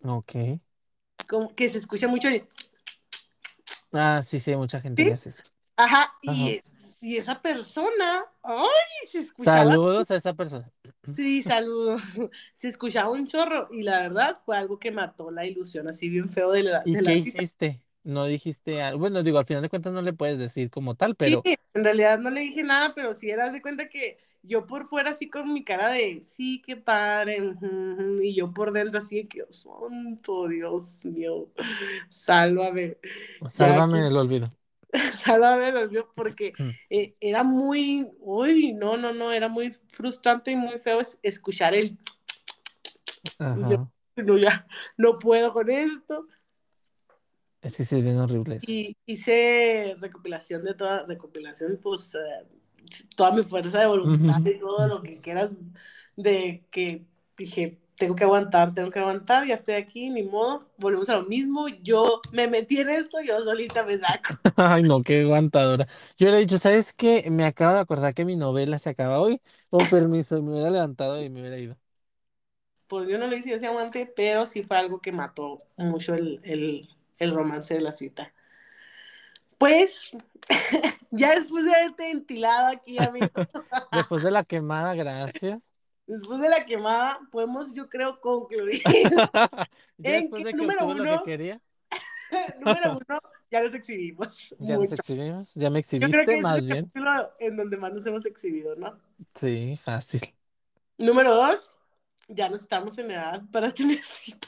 Ok. Como que se escucha mucho. Ah, sí, sí, hay mucha gente que ¿Sí? hace eso. Ajá, Ajá. y esa persona, ay, se escuchaba, Saludos a esa persona. sí, saludos, se escuchaba un chorro y la verdad fue algo que mató la ilusión así bien feo ¿Y de qué la cita. hiciste? No dijiste algo. Bueno, digo, al final de cuentas no le puedes decir como tal, Sí, pero, en realidad no le dije nada, pero sí eras de cuenta que yo por fuera así con mi cara de, sí, qué padre, ujú, ujú", y yo por dentro así de que, oh, santo Dios mío, sálvame, ya, sálvame el olvido. sálvame, Dios mío, porque era muy, uy, no, no, no, era muy frustrante y muy feo escuchar el, y yo, Ajá. no, ya, no puedo con esto. Es que sí, es bien horrible eso. Y hice recopilación de toda, recopilación, pues, toda mi fuerza de voluntad y todo lo que quieras, de que dije, tengo que aguantar, ya estoy aquí, ni modo, volvemos a lo mismo, yo me metí en esto, yo solita me saco. Ay, no, qué aguantadora. Yo le he dicho, ¿sabes qué? Me acabo de acordar que mi novela se acaba hoy. Oh, permiso, y me hubiera levantado y me hubiera ido. Pues yo no lo hice, yo sí aguanté, pero sí fue algo que mató mucho el romance de la cita. Pues, ya después de haberte ventilado aquí, amigo, Después de la quemada, gracias. después de la quemada, podemos, yo creo, concluir Ya en después que, de que número obtuve lo que uno, quería, número uno, ya nos exhibimos ya nos mucho. exhibimos, ya me Yo creo exhibiste, que este es más el bien. capítulo en donde más nos hemos exhibido, ¿no? Sí, fácil. Número dos, ya no estamos en edad para tener citas.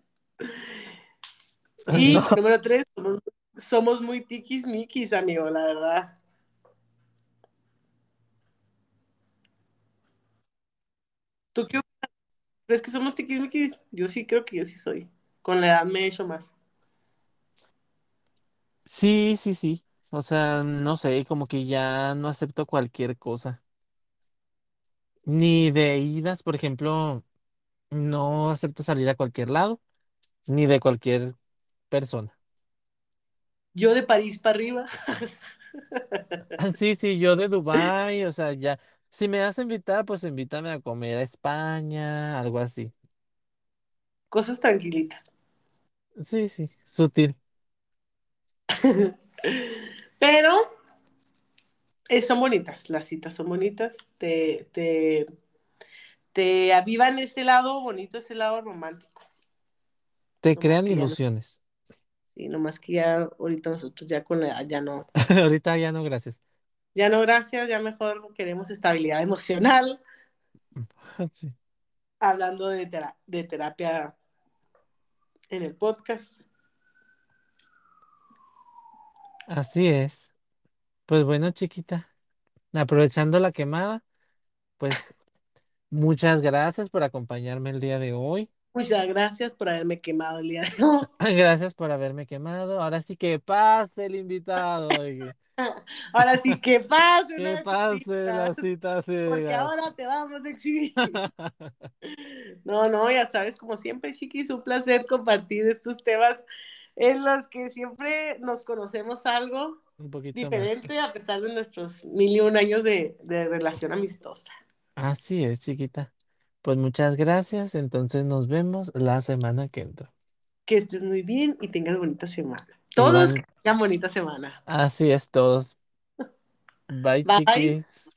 No, Y número tres, somos muy tiquismiquis, amigo, la verdad. ¿Tú qué crees que somos tiquismiquis? Yo sí creo que yo sí soy. Con la edad me he hecho más. sí, sí, sí. O sea, no sé, como que ya no acepto cualquier cosa. Ni de idas, por ejemplo, no acepto salir a cualquier lado, ni de cualquier persona. Yo de París para arriba, Sí, sí, yo de Dubái, o sea, ya. Si me vas a invitar, pues invítame a comer a España, algo así. cosas tranquilitas. Sí, sí, sutil. Pero son bonitas, las citas son bonitas, te avivan ese lado bonito, ese lado romántico. Te No más crean que ya no, ilusiones. sí, no más que ya ahorita nosotros ya con la edad ya no, Ahorita ya no, gracias. ya no, gracias, ya mejor queremos estabilidad emocional, Sí, hablando de terapia en el podcast. así es. Pues bueno, chiquita, aprovechando la quemada, pues muchas gracias por acompañarme el día de hoy. Muchas gracias por haberme quemado el día de hoy. Gracias por haberme quemado. Ahora sí que pase el invitado. Oye. Ahora sí, que pase una Que de tus pase citas, la cita porque ciegas. ahora te vamos a exhibir. No, no, ya sabes, como siempre, Chiquis, un placer compartir estos temas en los que siempre nos conocemos algo Un poquito más. diferente a pesar de nuestros 1001 años de relación amistosa. Así es, chiquita. Pues muchas gracias. Entonces nos vemos la semana que entra. Que estés muy bien y tengas bonita semana. Todos que Igual, tengan bonita semana. así es todos. Bye, Bye. chiquis.